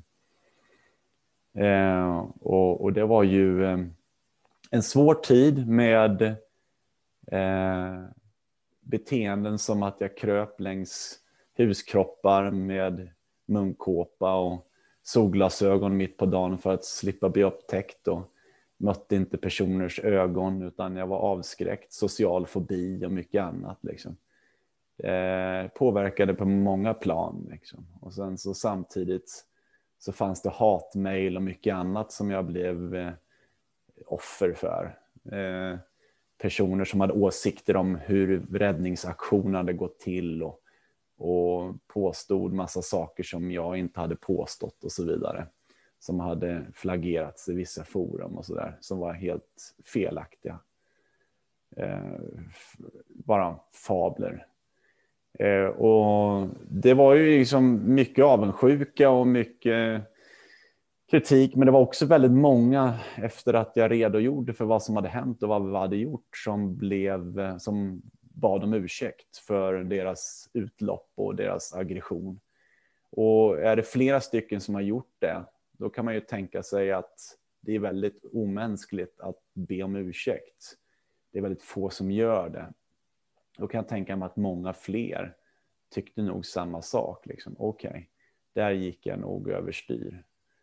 Eh, och, och det var ju eh, en svår tid med eh, beteenden som att jag kröp längs huskroppar med munkåpa och solglasögon mitt på dagen för att slippa bli upptäckt, och mötte inte personers ögon utan jag var avskräckt, social fobi och mycket annat liksom. Eh, påverkade på många plan liksom. Och sen så samtidigt så fanns det hatmejl och mycket annat som jag blev eh, offer för. Eh, personer som hade åsikter om hur räddningsaktionen hade gått till och, och påstod massa saker som jag inte hade påstått och så vidare. Som hade flaggerats i vissa forum och sådär, som var helt felaktiga. Eh, bara fabler. Eh, och det var ju liksom mycket avundsjuka och mycket kritik, men det var också väldigt många efter att jag redogjorde för vad som hade hänt och vad vi hade gjort som blev, som bad om ursäkt för deras utlopp och deras aggression. Och är det flera stycken som har gjort det, då kan man ju tänka sig att det är väldigt omänskligt att be om ursäkt. Det är väldigt få som gör det. Då kan jag tänka mig att många fler tyckte nog samma sak. Liksom. Okej, okay, där gick jag nog överstyr.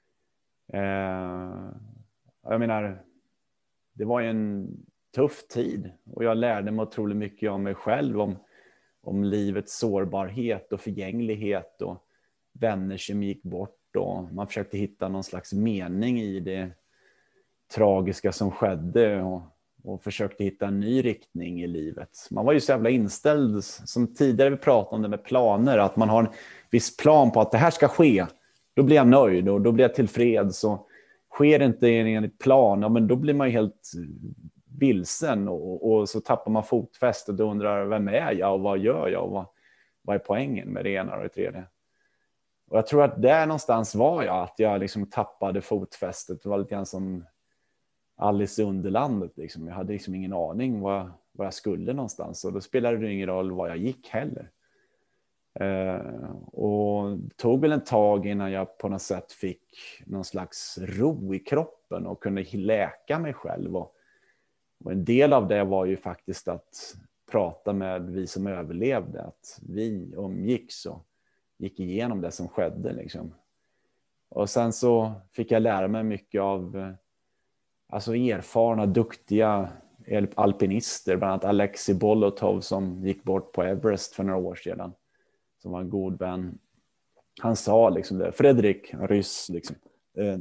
Eh, jag menar, det var ju en tuff tid. Och jag lärde mig otroligt mycket om mig själv. Om, om livets sårbarhet och förgänglighet. Och vänner som gick bort. Och man försökte hitta någon slags mening i det tragiska som skedde. Och Och försökte hitta en ny riktning i livet. Man var ju så jävla inställd, som tidigare vi pratade om det med planer. Att man har en viss plan på att det här ska ske. Då blir jag nöjd och då blir jag tillfreds. Så sker det inte enligt plan, ja, men då blir man ju helt vilsen. Och, och så tappar man fotfästet och undrar, vem är jag och vad gör jag? Och vad, vad är poängen med det ena och det tredje? Och jag tror att där någonstans var jag. Att jag liksom tappade fotfästet. Det var lite grann som Alice i Underlandet. Liksom. Jag hade liksom ingen aning vad, vad jag skulle någonstans. Och då spelade det ingen roll var jag gick heller. Eh, och det tog väl en tag innan jag på något sätt fick någon slags ro i kroppen och kunde läka mig själv. Och, och en del av det var ju faktiskt att prata med vi som överlevde. Att vi umgicks och gick igenom det som skedde. Liksom. Och sen så fick jag lära mig mycket av alltså erfarna, duktiga alpinister, bland annat Alexei Bolotov som gick bort på Everest för några år sedan, som var en god vän. Han sa liksom det, Fredrik, ryss, liksom, eh,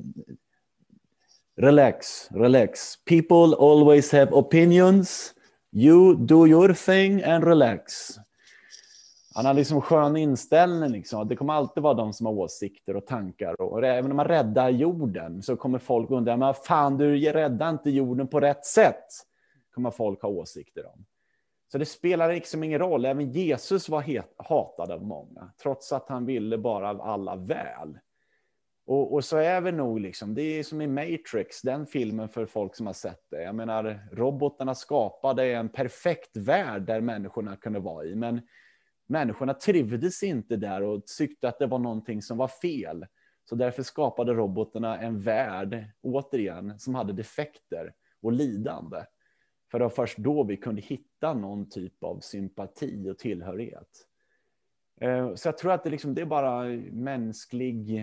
relax, relax. People always have opinions. You do your thing and relax. Han har liksom skön inställning. Liksom. Det kommer alltid vara de som har åsikter och tankar. Och även om man räddar jorden så kommer folk undra, men fan, du räddar inte jorden på rätt sätt. Kommer folk ha åsikter om. Så det spelar liksom ingen roll. Även Jesus var het, hatad av många. Trots att han ville bara alla väl. Och, och så är vi nog liksom, det är som i Matrix, den filmen för folk som har sett det. Jag menar, robotarna skapade en perfekt värld där människorna kunde vara i. Men människorna trivdes inte där och tyckte att det var någonting som var fel. Så därför skapade robotarna en värld, återigen, som hade defekter och lidande. För det var först då vi kunde hitta någon typ av sympati och tillhörighet. Så jag tror att det, liksom, det är bara mänsklig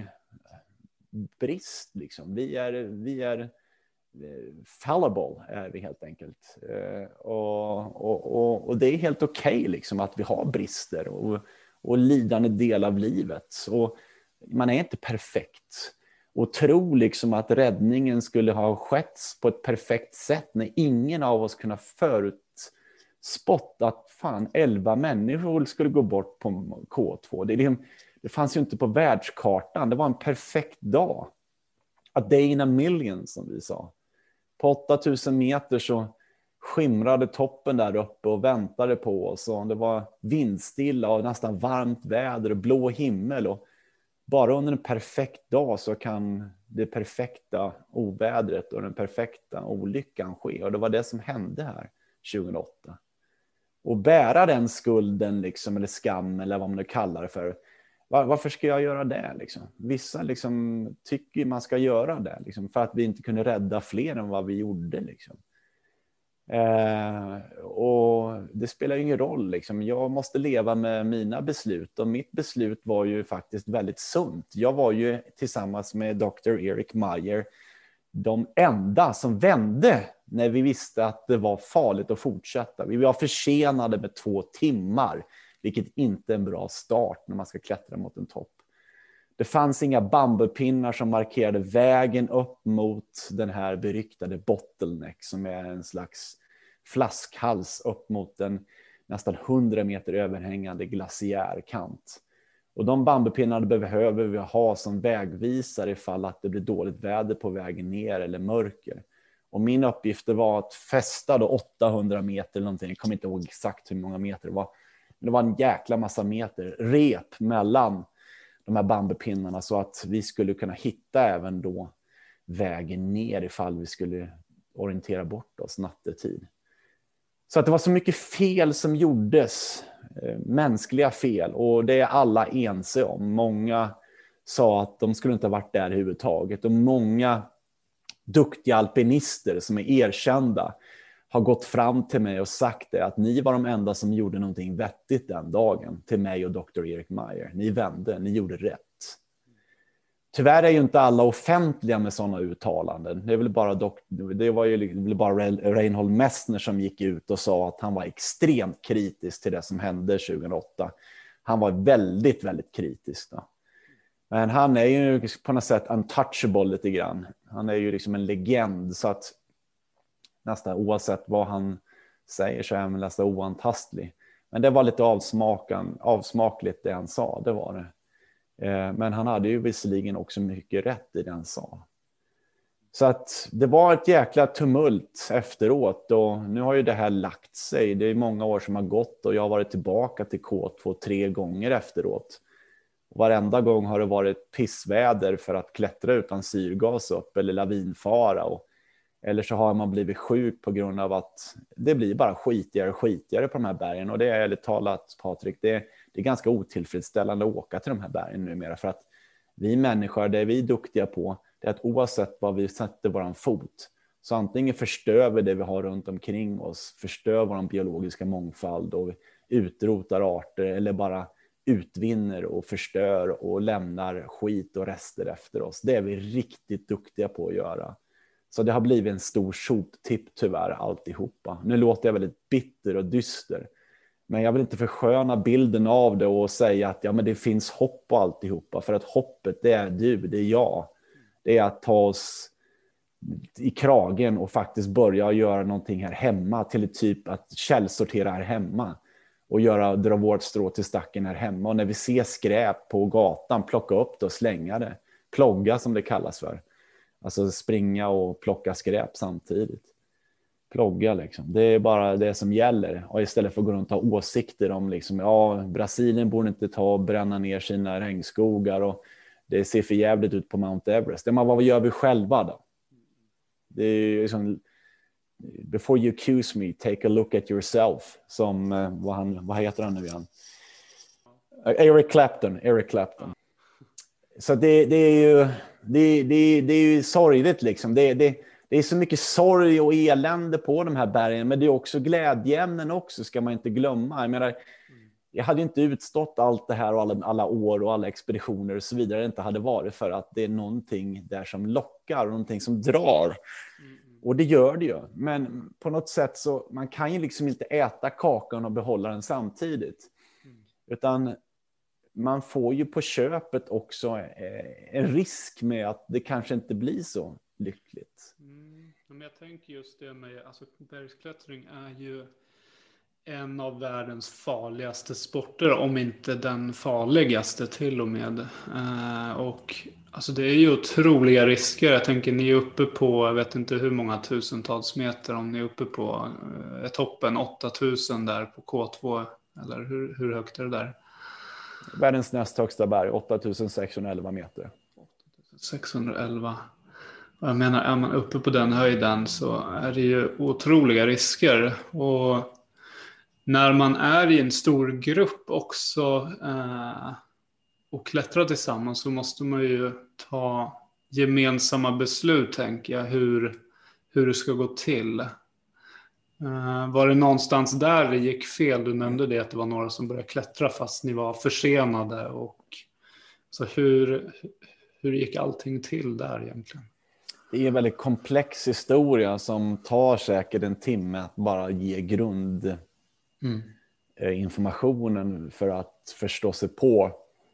brist. Liksom. Vi är, vi är fallible, är vi helt enkelt. Och, och, och, och det är helt okej okay, liksom, att vi har brister och, och lidande del av livet. Och man är inte perfekt. Och tro liksom att räddningen skulle ha skett på ett perfekt sätt när ingen av oss kunde förutspått att fan elva människor skulle gå bort på K två. Det, det, det fanns ju inte på världskartan. Det var en perfekt dag. A day in a million, som vi sa. På åtta tusen meter så skimrade toppen där uppe och väntade på oss. Och det var vindstilla och nästan varmt väder och blå himmel. Och bara under en perfekt dag så kan det perfekta ovädret och den perfekta olyckan ske. Och det var det som hände här tjugohundraåtta. Och bära den skulden liksom, eller skam eller vad man nu kallar det för. Var, varför ska jag göra det? Liksom? Vissa liksom, tycker man ska göra det. Liksom, för att vi inte kunde rädda fler än vad vi gjorde. Liksom. Eh, och det spelar ju ingen roll. Liksom. Jag måste leva med mina beslut. Och mitt beslut var ju faktiskt väldigt sunt. Jag var ju tillsammans med doktor Eric Meyer de enda som vände när vi visste att det var farligt att fortsätta. Vi var försenade med två timmar. Vilket inte är en bra start när man ska klättra mot en topp. Det fanns inga bambupinnar som markerade vägen upp mot den här beryktade bottleneck som är en slags flaskhals upp mot en nästan hundra meter överhängande glaciärkant. Och de bambupinnarna behöver vi ha som vägvisare ifall att det blir dåligt väder på vägen ner eller mörker. Och min uppgift var att fästa då åttahundra meter eller någonting. Jag kommer inte ihåg exakt hur många meter det var. Men det var en jäkla massa meter rep mellan de här bambupinnarna så att vi skulle kunna hitta även då vägen ner ifall vi skulle orientera bort oss nattetid. Så att det var så mycket fel som gjordes, eh, mänskliga fel, och det är alla ense om. Många sa att de skulle inte ha varit där överhuvudtaget, och många duktiga alpinister som är erkända har gått fram till mig och sagt det, att ni var de enda som gjorde någonting vettigt den dagen till mig och doktor Eric Meyer. Ni vände, ni gjorde rätt. Tyvärr är ju inte alla offentliga med sådana uttalanden. Det är väl bara, dok- det var ju bara Reinhold Messner som gick ut och sa att han var extremt kritisk till det som hände tjugohundraåtta. Han var väldigt, väldigt kritisk då. Men han är ju på något sätt untouchable lite grann. Han är ju liksom en legend, så att nästan oavsett vad han säger så är han nästan oantastlig. Men det var lite avsmakan, avsmakligt det han sa, det var det. Eh, men han hade ju visserligen också mycket rätt i det han sa. Så att det var ett jäkla tumult efteråt, och nu har ju det här lagt sig. Det är många år som har gått och jag har varit tillbaka till K två tre gånger efteråt. Och varenda gång har det varit pissväder för att klättra utan syrgas upp eller lavinfara, och eller så har man blivit sjuk på grund av att det blir bara skitigare och skitigare på de här bergen. Och det är ärligt talat, Patrik, det är, det är ganska otillfredsställande att åka till de här bergen numera. För att vi människor, det vi är duktiga på, det är att oavsett vad vi sätter våran fot, så antingen förstör vi det vi har runt omkring oss, förstör vår biologiska mångfald och utrotar arter, eller bara utvinner och förstör och lämnar skit och rester efter oss. Det är vi riktigt duktiga på att göra. Så det har blivit en stor soptipp tyvärr alltihopa. Nu låter jag väldigt bitter och dyster. Men jag vill inte försköna bilden av det och säga att ja, men det finns hopp och alltihopa. För att hoppet, det är du, det är jag. Det är att ta oss i kragen och faktiskt börja göra någonting här hemma. Till typ att källsortera här hemma. Och göra, dra vårt strå till stacken här hemma. Och när vi ser skräp på gatan, plocka upp det och slänga det. Plogga som det kallas för. Alltså springa och plocka skräp samtidigt. Plogga liksom. Det är bara det som gäller. Och istället för att gå runt och ha åsikter om liksom, ja, Brasilien borde inte ta och bränna ner sina regnskogar och det ser för jävligt ut på Mount Everest. Det är vad gör vi själva då? Det är liksom, before you accuse me, take a look at yourself. Som, vad, han, vad heter han nu igen? Eric Clapton. Eric Clapton. Så det, det är ju det, det, det är ju sorgligt liksom. Det, det, det är så mycket sorg och elände på de här bergen, men det är också glädjeämnen också, ska man inte glömma. Jag menar, jag hade inte utstått allt det här och alla, alla år och alla expeditioner och så vidare, det inte hade varit för att det är någonting där som lockar och någonting som drar. Och det gör det ju. Men på något sätt så, man kan ju liksom inte äta kakan och behålla den samtidigt. Utan man får ju på köpet också en risk med att det kanske inte blir så lyckligt. Mm. Men jag tänker just det med, alltså bergsklättring är ju en av världens farligaste sporter, om inte den farligaste till och med. Eh, och alltså det är ju otroliga risker. Jag tänker ni är uppe på, jag vet inte hur många tusentals meter, om ni är uppe på eh, toppen, åtta tusen där på K två, eller hur, hur högt är det där? Världens näst högsta berg, åtta tusen sexhundraelva meter. åtta tusen sexhundraelva. Jag menar, är man uppe på den höjden så är det ju otroliga risker. Och när man är i en stor grupp också eh, och klättrar tillsammans, så måste man ju ta gemensamma beslut, tänker jag, hur, hur det ska gå till. Eh, var det någonstans där det gick fel? Du nämnde det, att det var några som började klättra fast ni var försenade. Och, så hur, hur gick allting till där egentligen? Det är en väldigt komplex historia som tar säkert en timme att bara ge grund mm. informationen för att förstå sig på.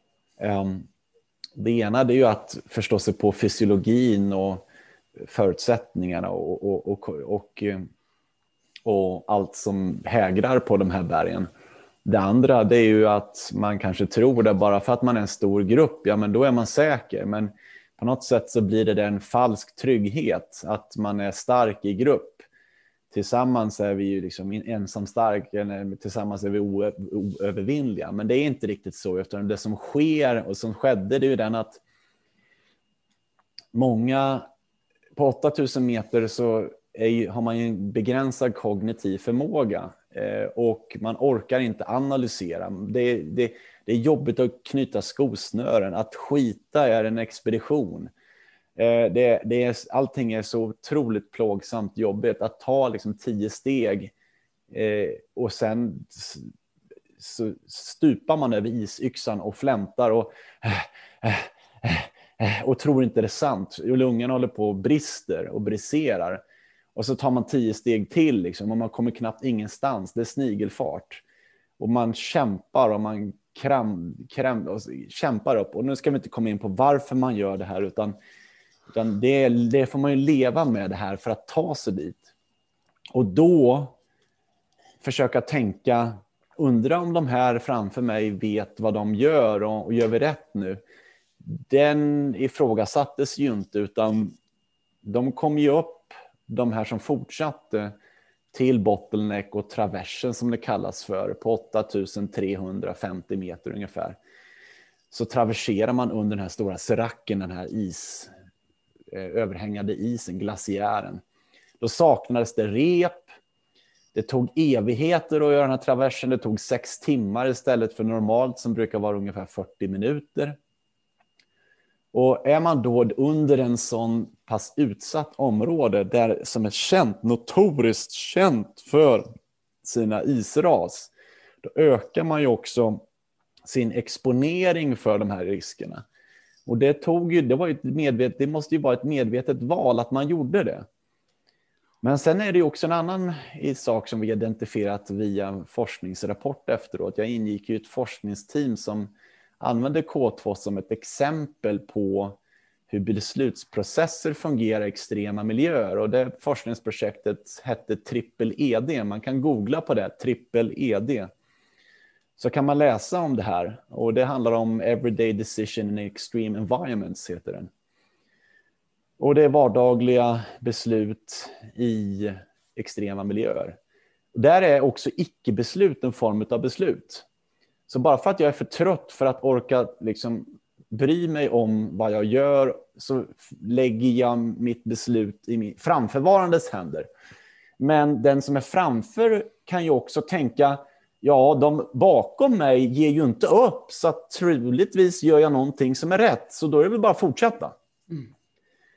Det ena, det är ju att förstå sig på fysiologin och förutsättningarna och, och, och, och, och allt som hägrar på de här bergen. Det andra, det är ju att man kanske tror det bara för att man är en stor grupp, ja men då är man säker. Men på något sätt så blir det en falsk trygghet att man är stark i grupp. Tillsammans är vi ju liksom ensam stark, eller tillsammans är vi oövervinnliga. Men det är inte riktigt så, utan det som sker och som skedde, det är ju den att många, på åtta tusen meter så är, har man ju en begränsad kognitiv förmåga eh, och man orkar inte analysera. Det, det, det är jobbigt att knyta skosnören, att skita är en expedition. Det, det är, allting är så otroligt plågsamt jobbigt att ta liksom tio steg eh, och sen så stupar man över isyxan och flämtar och, eh, eh, och tror inte det är sant. Lungan håller på och brister och briserar och så tar man tio steg till liksom, och man kommer knappt ingenstans. Det är snigelfart och man kämpar och man kram, kram, och kämpar upp. Och nu ska vi inte komma in på varför man gör det här, utan Utan det, det får man ju leva med det här för att ta sig dit. Och då försöka tänka, undra om de här framför mig vet vad de gör och, och gör vi rätt nu. Den ifrågasattes ju inte, utan de kom ju upp, de här som fortsatte till bottleneck och traversen som det kallas för, på åtta tusen trehundrafemtio meter ungefär. Så traverserar man under den här stora seracken, den här is överhängande isen, glaciären. Då saknades det rep. Det tog evigheter att göra den här traversen. Det tog sex timmar istället för normalt som brukar vara ungefär fyrtio minuter. Och är man då under en sån pass utsatt område där som är känt, notoriskt känt för sina isras, då ökar man ju också sin exponering för de här riskerna. Och det tog ju, det var ju ett medvetet, det måste ju vara ett medvetet val att man gjorde det. Men sen är det ju också en annan sak som vi identifierat via forskningsrapport efteråt. Jag ingick ju ett forskningsteam som använde K två som ett exempel på hur beslutsprocesser fungerar i extrema miljöer. Och det forskningsprojektet hette Triple E D. Man kan googla på det, Triple E D. Så kan man läsa om det här. Och det handlar om Everyday Decision in Extreme Environments, heter den. Och det är vardagliga beslut i extrema miljöer. Och där är också icke-beslut en form av beslut. Så bara för att jag är för trött för att orka liksom bry mig om vad jag gör, så lägger jag mitt beslut i min framförvarandes händer. Men den som är framför kan ju också tänka, ja, de bakom mig ger ju inte upp, så att troligtvis gör jag någonting som är rätt. Så då är det väl bara att fortsätta. Mm.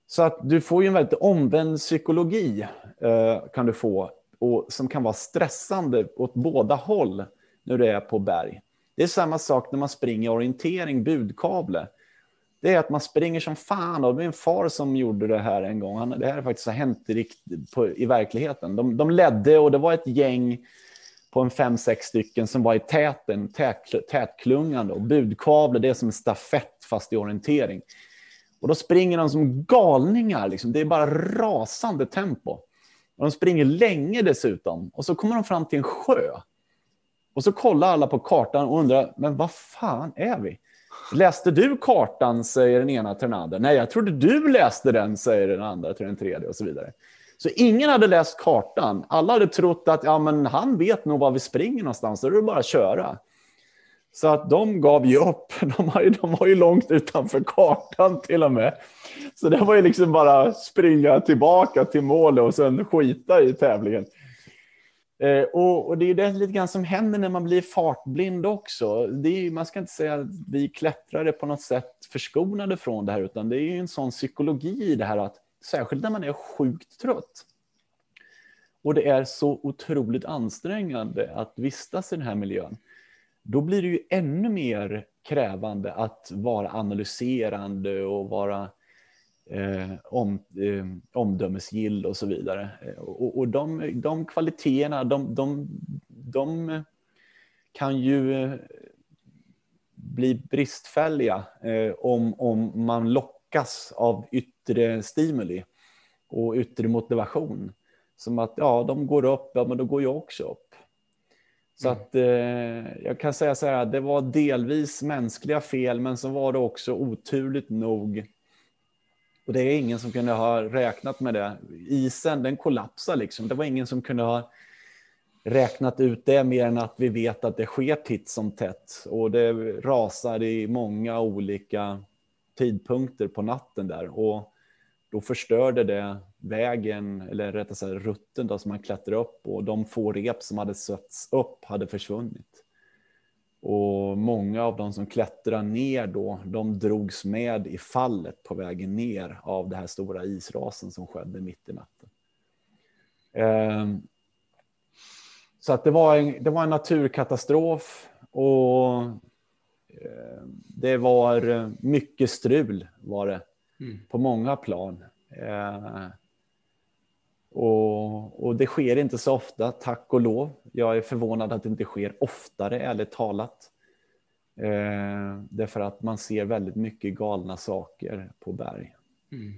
Så att du får ju en väldigt omvänd psykologi eh, kan du få. Och som kan vara stressande åt båda håll när du är på berg. Det är samma sak när man springer orientering, budkavle. Det är att man springer som fan. Och det är en far som gjorde det här en gång. Han, det här är faktiskt så hänt i, på, i verkligheten. De, de ledde och det var ett gäng på en fem, sex stycken som var i täten, tät, tätklungande. Och budkavle, det är som en stafett fast i orientering. Och då springer de som galningar. Liksom. Det är bara rasande tempo. Och de springer länge dessutom. Och så kommer de fram till en sjö. Och så kollar alla på kartan och undrar, men vad fan är vi? Läste du kartan, säger den ena till den andra. Nej, jag trodde du läste den, säger den andra till den tredje och så vidare. Så ingen hade läst kartan. Alla hade trott att ja, men han vet nog var vi springer någonstans. Så det är bara att köra. Så att de gav ju upp. De var ju, de var ju långt utanför kartan till och med. Så det var ju liksom bara springa tillbaka till målet och sen skita i tävlingen. Eh, och, och det är ju det lite grann som händer när man blir fartblind också. Det är ju, man ska inte säga att vi klättrare på något sätt förskonade från det här, utan det är ju en sån psykologi i det här att särskilt när man är sjukt trött. Och det är så otroligt ansträngande att vistas i den här miljön. Då blir det ju ännu mer krävande att vara analyserande och vara eh, om, eh, omdömesgill och så vidare. Och, och de, de kvaliteterna, de, de, de kan ju eh, bli bristfälliga eh, om, om man lockas av yttre stimuli och yttre motivation. Som att ja, de går upp, ja men då går jag också upp. Så att eh, jag kan säga så här, det var delvis mänskliga fel, men så var det också oturligt nog. Och det är ingen som kunde ha räknat med det. Isen, den kollapsade liksom. Det var ingen som kunde ha räknat ut det mer än att vi vet att det sker titt som tätt. Och det rasade i många olika tidpunkter på natten där. Och då förstörde det vägen, eller rättare sagt rutten då, som man klättrade upp. Och de få rep som hade satts upp hade försvunnit. Och många av de som klättrade ner då, de drogs med i fallet på vägen ner av det här stora israsen som skedde mitt i natten. Eh, så att det var en, det var en naturkatastrof och eh, det var mycket strul var det mm. på många plan. Eh, och, och det sker inte så ofta, tack och lov. Jag är förvånad att det inte sker oftare, ärligt talat. Eh, därför att man ser väldigt mycket galna saker på berg. Mm.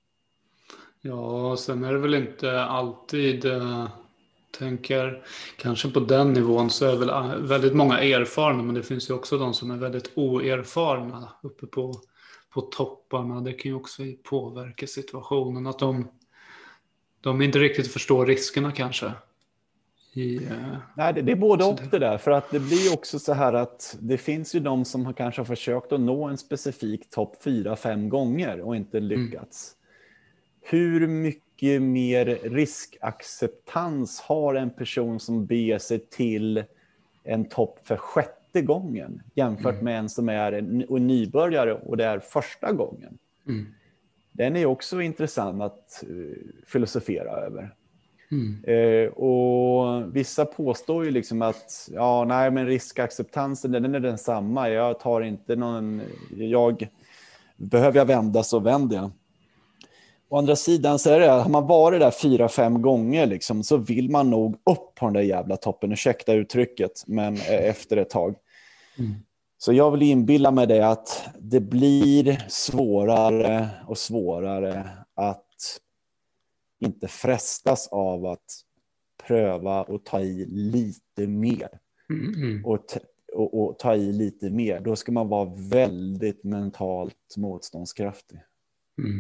Ja, sen är det väl inte alltid, äh, tänker, kanske på den nivån så är väl äh, väldigt många erfarna, men det finns ju också de som är väldigt oerfarna uppe på, på topparna. Det kan ju också påverka situationen, att de De inte riktigt förstår riskerna kanske. I, uh, Nej, det, det är både och det där. För att det blir också så här att det finns ju de som har kanske har försökt att nå en specifik topp fyra, fem gånger och inte lyckats. Mm. Hur mycket mer riskacceptans har en person som beger sig till en topp för sjätte gången jämfört mm. med en som är en, en nybörjare och det är första gången? Mm. Den är också intressant att uh, filosofera över. Mm. Uh, och vissa påstår ju liksom att ja, nej, men riskacceptansen den är densamma. Jag tar inte någon, jag behöver jag vända så vänder jag. Å andra sidan så är det, har man varit där fyra, fem gånger liksom, så vill man nog upp på den där jävla toppen. Ursäkta uttrycket, men uh, efter ett tag. Mm. Så jag vill inbilla mig det att det blir svårare och svårare att inte frestas av att pröva och ta i lite mer. Mm. Och, t- och, och ta i lite mer. Då ska man vara väldigt mentalt motståndskraftig. Mm.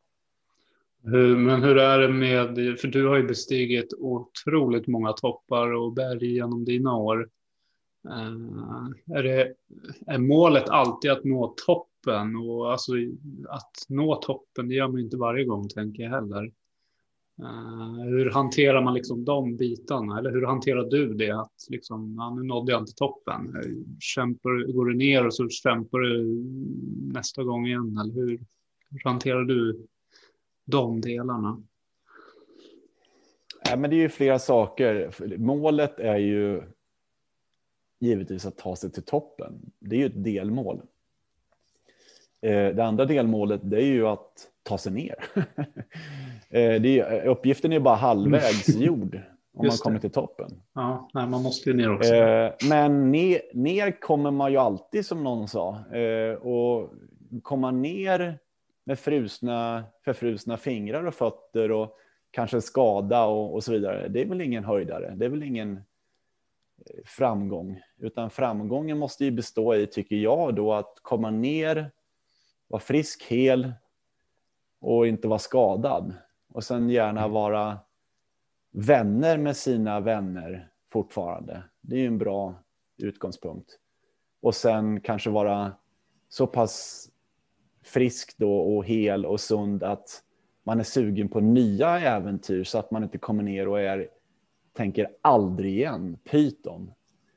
Hur, men hur är det med, för du har ju bestigit otroligt många toppar och berg genom dina år. Uh, är, det, är målet alltid att nå toppen? Och alltså att nå toppen, det gör man inte varje gång, tänker jag heller. Uh, hur hanterar man liksom de bitarna? Eller hur hanterar du det? Att liksom, ja, nu nådde jag inte toppen. Kämpar, går du ner och så kämpar du nästa gång igen? Eller hur, hur hanterar du de delarna? Ja, men det är ju flera saker. Målet är ju givetvis att ta sig till toppen. Det är ju ett delmål. Det andra delmålet, det är ju att ta sig ner. Det är, uppgiften är bara halvvägs gjord om man kommer till toppen. Ja, nej, man måste ju ner också. Men ner, ner kommer man ju alltid, som någon sa. Och komma ner med frusna, förfrusna fingrar och fötter och kanske skada och, och så vidare. Det är väl ingen höjdare. Det är väl ingen framgång. Utan framgången måste ju bestå i, tycker jag då, att komma ner, vara frisk, hel och inte vara skadad. Och sen gärna vara vänner med sina vänner fortfarande. Det är ju en bra utgångspunkt. Och sen kanske vara så pass frisk då och hel och sund att man är sugen på nya äventyr så att man inte kommer ner och är, tänker aldrig igen, pyton.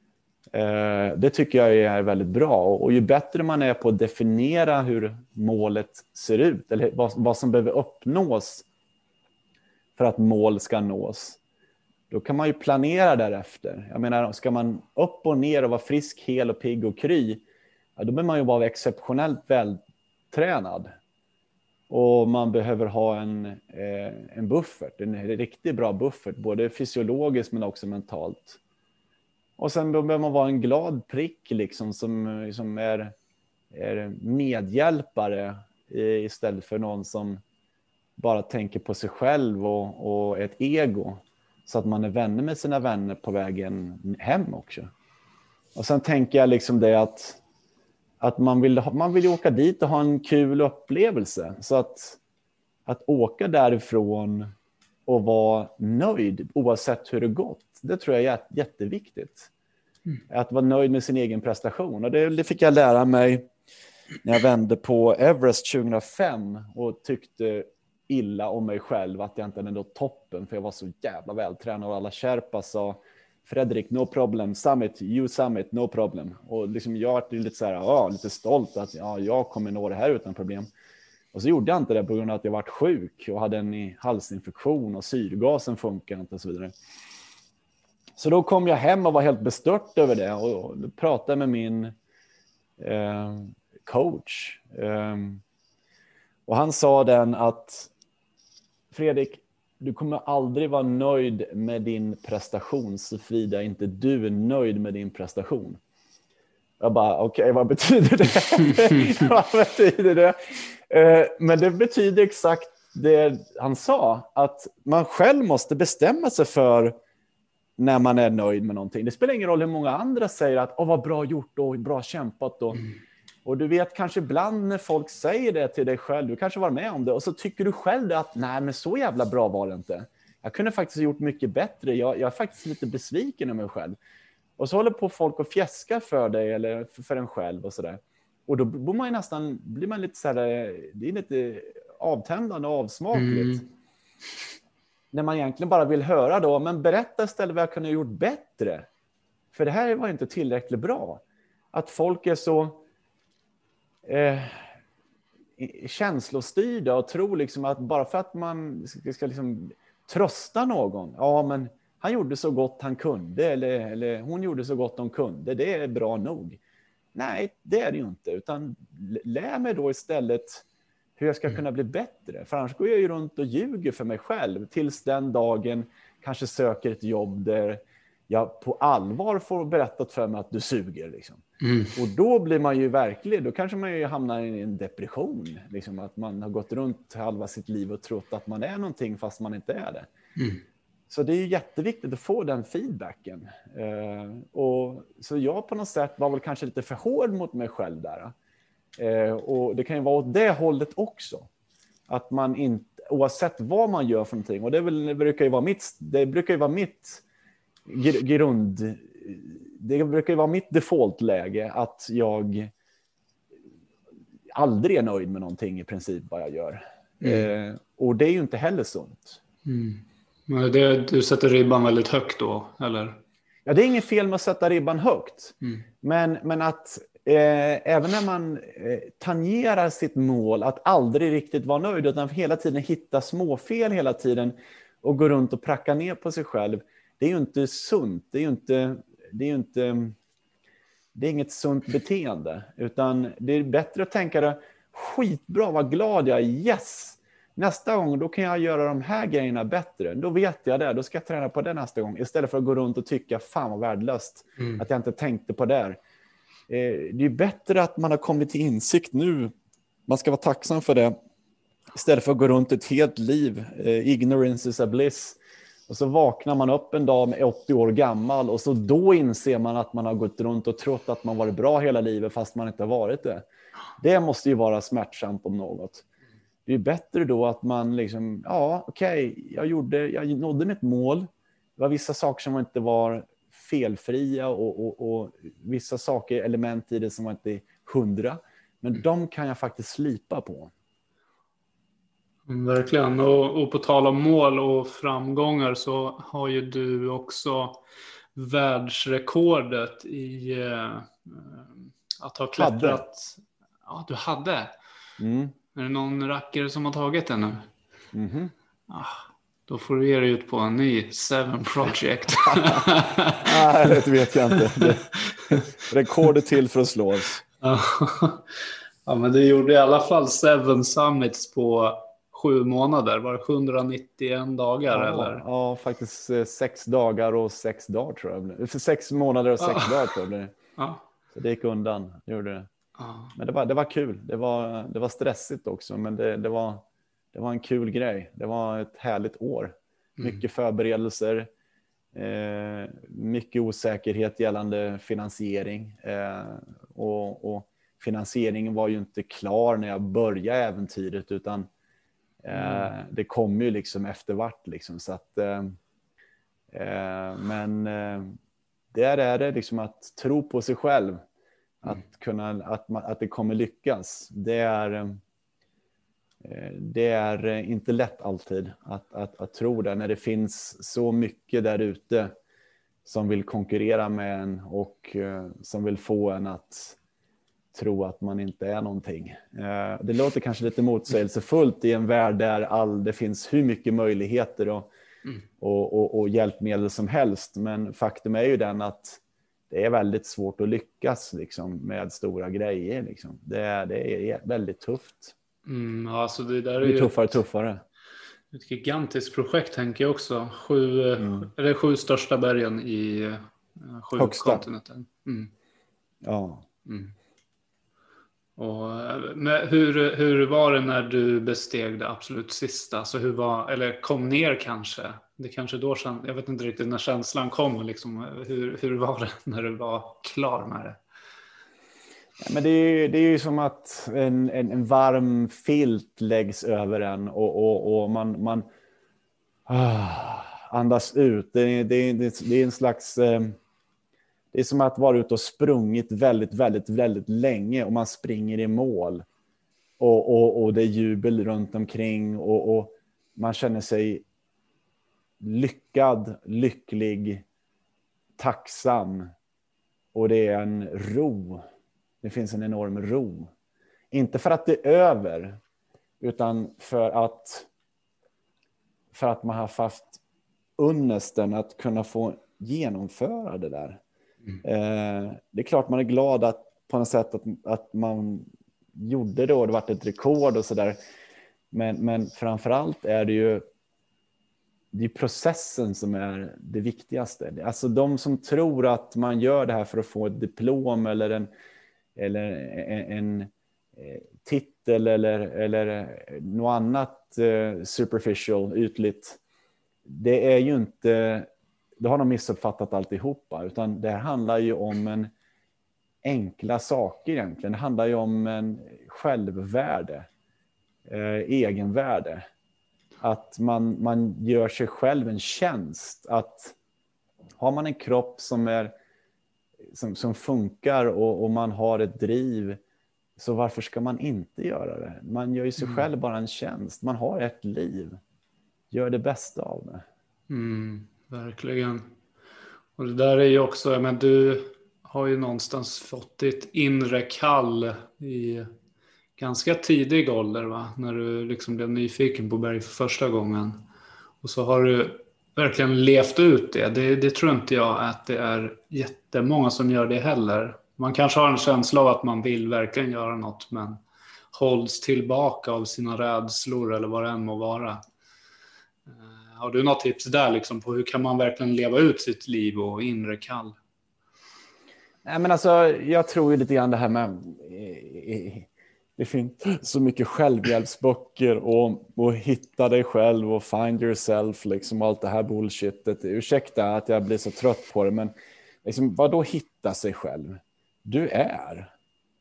Eh, det tycker jag är väldigt bra. Och ju bättre man är på att definiera hur målet ser ut eller vad, vad som behöver uppnås för att mål ska nås, då kan man ju planera därefter. Jag menar, ska man upp och ner och vara frisk, hel och pigg och kry, ja, då behöver man ju vara exceptionellt vältränad. Och man behöver ha en, eh, en buffert, en riktigt bra buffert, både fysiologiskt men också mentalt. Och sen behöver man vara en glad prick liksom, som, som är, är medhjälpare istället för någon som bara tänker på sig själv och, och ett ego. Så att man är vänner med sina vänner på vägen hem också. Och sen tänker jag liksom det att Att man vill, man vill åka dit och ha en kul upplevelse. Så att, att åka därifrån och vara nöjd oavsett hur det gått, det tror jag är jätteviktigt. Mm. Att vara nöjd med sin egen prestation. Och det, det fick jag lära mig när jag vände på Everest tjugohundrafem och tyckte illa om mig själv. Att jag inte hade nått toppen för jag var så jävla vältränad och alla Sherpa sa: Fredrik, no problem, summit, you summit, no problem. Och liksom jag var lite så här, ja, lite stolt att ja, jag kommer nå det här utan problem. Och så gjorde jag inte det på grund av att jag var sjuk och hade en halsinfektion och syrgasen funkar inte och så vidare. Så då kom jag hem och var helt bestört över det och pratade med min eh, coach. Eh, och han sa den att Fredrik, du kommer aldrig vara nöjd med din prestation såvida inte du är nöjd med din prestation. Jag bara, okej, okay, vad betyder det? Vad betyder det? Eh, men det betyder exakt det han sa. Att man själv måste bestämma sig för när man är nöjd med någonting. Det spelar ingen roll hur många andra säger att åh, vad bra gjort och bra kämpat. Och, mm. och du vet kanske ibland när folk säger det till dig själv, du kanske var med om det, och så tycker du själv att nej, men så jävla bra var det inte. Jag kunde faktiskt ha gjort mycket bättre. Jag, jag är faktiskt lite besviken över mig själv. Och så håller på folk och fjäskar för dig eller för, för en själv och sådär. Och då blir man ju nästan, blir man lite så här, det är lite avtändande och avsmakligt. Mm. När man egentligen bara vill höra då, men berätta istället vad jag kunde ha gjort bättre. För det här var inte tillräckligt bra. Att folk är så eh, känslostyrda och tror liksom att bara för att man ska, ska liksom trösta någon, ja men han gjorde så gott han kunde eller, eller hon gjorde så gott de kunde, det är bra nog. Nej, det är det ju inte, utan lär mig då istället hur jag ska kunna bli bättre. För annars går jag ju runt och ljuger för mig själv tills den dagen kanske söker ett jobb där jag på allvar får berättat för mig att du suger. Liksom. Mm. Och då blir man ju verkligen, då kanske man ju hamnar i en depression. Liksom, att man har gått runt halva sitt liv och trott att man är någonting fast man inte är det. Mm. Så det är ju jätteviktigt att få den feedbacken. Eh, och, så jag på något sätt var väl kanske lite för hård mot mig själv där. Eh, och det kan ju vara åt det hållet också. Att man inte, oavsett vad man gör för någonting, och det, väl, det brukar ju vara mitt, det brukar ju vara mitt grund, det brukar ju vara mitt defaultläge att jag aldrig är nöjd med någonting i princip vad jag gör. Mm. Eh, och det är ju inte heller sunt. Mm. Men det, du sätter ribban väldigt högt då, eller? Ja, det är inget fel med att sätta ribban högt. Mm. Men, men att eh, även när man eh, tangerar sitt mål, att aldrig riktigt vara nöjd, utan hela tiden hitta småfel hela tiden och gå runt och pracka ner på sig själv. Det är ju inte sunt. Det är ju inte, det är ju inte, det är inget sunt beteende, utan det är bättre att tänka det, skitbra, vad glad jag är, yes! Nästa gång då kan jag göra de här grejerna bättre. Då vet jag det, då ska jag träna på det nästa gång. Istället för att gå runt och tycka, fan vad värdelöst mm. att jag inte tänkte på det. Eh, det är bättre att man har kommit till insikt nu. Man ska vara tacksam för det. Istället för att gå runt ett helt liv. Eh, ignorance is a bliss. Och så vaknar man upp en dag med åttio år gammal. Och så då inser man att man har gått runt och trott att man varit bra hela livet fast man inte har varit det. Det måste ju vara smärtsamt om något. Det är bättre då att man liksom, ja okej, okay, jag gjorde, jag nådde mitt mål. Det var vissa saker som inte var felfria och, och, och vissa saker, element i det som var inte hundra. Men de kan jag faktiskt slipa på. Verkligen, och, och på tal om mål och framgångar så har ju du också världsrekordet i eh, att ha klättrat. Hade. Ja, du hade. Mm. Är det någon rackare som har tagit den nu? Mm-hmm. Ah, då får du ge dig ut på en ny Seven Project. Nej, det vet jag inte. Det, rekordet till för att slå oss. Ja, men du gjorde i alla fall Seven Summits på sju månader. Var det sjuhundranittioen dagar? Ja, eller? Ja, faktiskt sex dagar och sex dagar tror jag. För sex månader och sex ah. dagar tror jag. Ah. Så det gick undan, det gjorde det. Men det var, det var kul. Det var, det var stressigt också. Men det, det, var, det var en kul grej. Det var ett härligt år. Mm. Mycket förberedelser. Eh, mycket osäkerhet gällande finansiering. Eh, och, och finansieringen var ju inte klar när jag började äventyret. Utan eh, mm. det kom ju liksom eftervart. Liksom, så att, eh, eh, men eh, där är det liksom att tro på sig själv. Att, kunna, att, man, att det kommer lyckas. Det är, det är inte lätt alltid att, att, att tro det. När det finns så mycket där ute som vill konkurrera med en och som vill få en att tro att man inte är någonting. Det låter kanske lite motsägelsefullt i en värld där all, det finns hur mycket möjligheter och, mm. och, och, och hjälpmedel som helst. Men faktum är ju den att det är väldigt svårt att lyckas liksom, med stora grejer. Liksom. Det, är, det är väldigt tufft. Mm, alltså det, där är det blir ju tuffare och tuffare. Ett gigantiskt projekt tänker jag också. Sju, mm. eller sju största bergen i uh, sju Högsta. kontinenter. Mm. Ja. Mm. Och, men hur, hur var det när du besteg det absolut sista? Så hur var, eller kom ner kanske? Det kanske då, jag vet inte riktigt när känslan kom. Liksom, hur, hur var det när du var klar med det? Ja, men det, är, det är ju som att en, en, en varm filt läggs över en och, och, och man, man ah, andas ut. Det, det, det, det är en slags... Eh, det är som att vara ute och sprungit väldigt, väldigt, väldigt länge och man springer i mål. Och, och, och det är jubel runt omkring och, och man känner sig lyckad, lycklig, tacksam. Och det är en ro. Det finns en enorm ro. Inte för att det är över, utan för att, för att man har haft unnesten att kunna få genomföra det där. Mm. Eh, det är klart man är glad att på något sätt att, att man gjorde det och det varit ett rekord och sådär. Men, men framförallt är det ju det är processen som är det viktigaste. Alltså de som tror att man gör det här för att få ett diplom eller en, eller en, en titel eller, eller något annat uh, superficial, ytligt. Det är ju inte, det har de missuppfattat alltihopa, utan det här handlar ju om en enkla saker egentligen. Det handlar ju om en självvärde, eh, egenvärde. Att man, man gör sig själv en tjänst. Att har man en kropp som, är, som, som funkar och, och man har ett driv, så varför ska man inte göra det? Man gör ju sig mm. själv bara en tjänst. Man har ett liv. Gör det bästa av det. Mm, verkligen. Och det där är ju också, men du har ju någonstans fått ditt inre kall i ganska tidig ålder, va? När du liksom blev nyfiken på berg för första gången. Och så har du verkligen levt ut det. det. Det tror inte jag att det är jättemånga som gör det heller. Man kanske har en känsla av att man vill verkligen göra något, men hålls tillbaka av sina rädslor eller vad det än må vara. Har du något tips där liksom på hur kan man verkligen leva ut sitt liv och inre kall? Nej, men alltså, jag tror ju lite grann det här med det finns så mycket självhjälpsböcker och, och hitta dig själv och find yourself liksom, allt det här bullshitet. Ursäkta att jag blir så trött på det, men liksom, vad då hitta sig själv? Du är.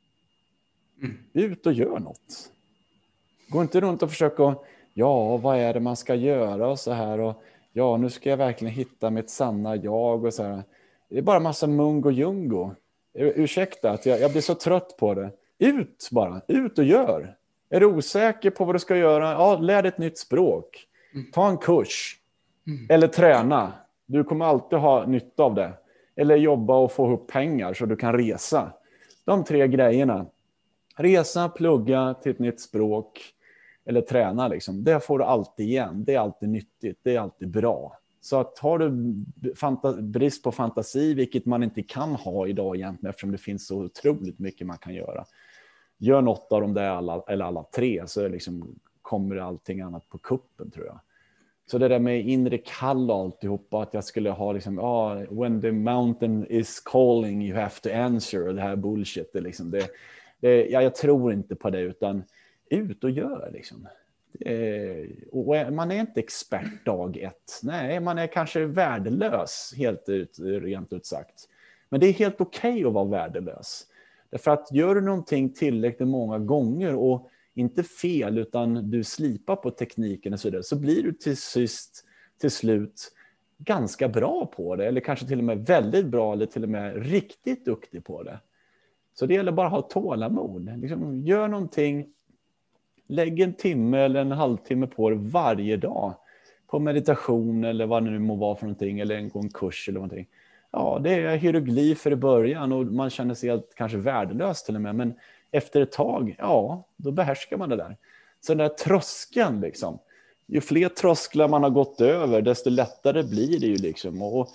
Mm. Ut och gör något. Gå inte runt och försöka, ja, vad är det man ska göra och så här, och ja, nu ska jag verkligen hitta mitt sanna jag och så här. Det är bara massa mung och jungo. Ursäkta att jag, jag blir så trött på det. Ut bara, ut och gör. Är du osäker på vad du ska göra? Ja, lär dig ett nytt språk. Ta en kurs. Mm. Eller träna. Du kommer alltid ha nytta av det. Eller jobba och få ihop pengar så du kan resa. De tre grejerna. Resa, plugga till ett nytt språk. Eller träna liksom. Det får du alltid igen. Det är alltid nyttigt. Det är alltid bra. Så att har du fanta- brist på fantasi, vilket man inte kan ha idag egentligen eftersom det finns så otroligt mycket man kan göra. Gör något av dem där alla, eller alla tre, så liksom kommer allting annat på kuppen, tror jag. Så det där med inre kall och alltihopa, att jag skulle ha liksom, ah, when the mountain is calling you have to answer, och det här bullshit, det liksom, det, det, ja, jag tror inte på det, utan ut och gör liksom. Eh, och man är inte expert dag ett. Nej, man är kanske värdelös, helt ut, rent ut sagt. Men det är helt okej okay att vara värdelös. Därför att gör du någonting tillräckligt många gånger och inte fel, utan du slipar på tekniken och så vidare, så blir du till sist, till slut ganska bra på det. Eller kanske till och med väldigt bra, eller till och med riktigt duktig på det. Så det gäller bara att ha tålamod. Liksom, gör någonting. Lägg en timme eller en halvtimme på det varje dag. På meditation eller vad det nu må vara för någonting. Eller en, en kurs eller någonting. Ja, det är hieroglyfer i början och man känner sig helt kanske värdelös till och med. Men efter ett tag, ja, då behärskar man det där. Så den där tröskeln liksom. Ju fler trösklar man har gått över, desto lättare blir det ju liksom. Och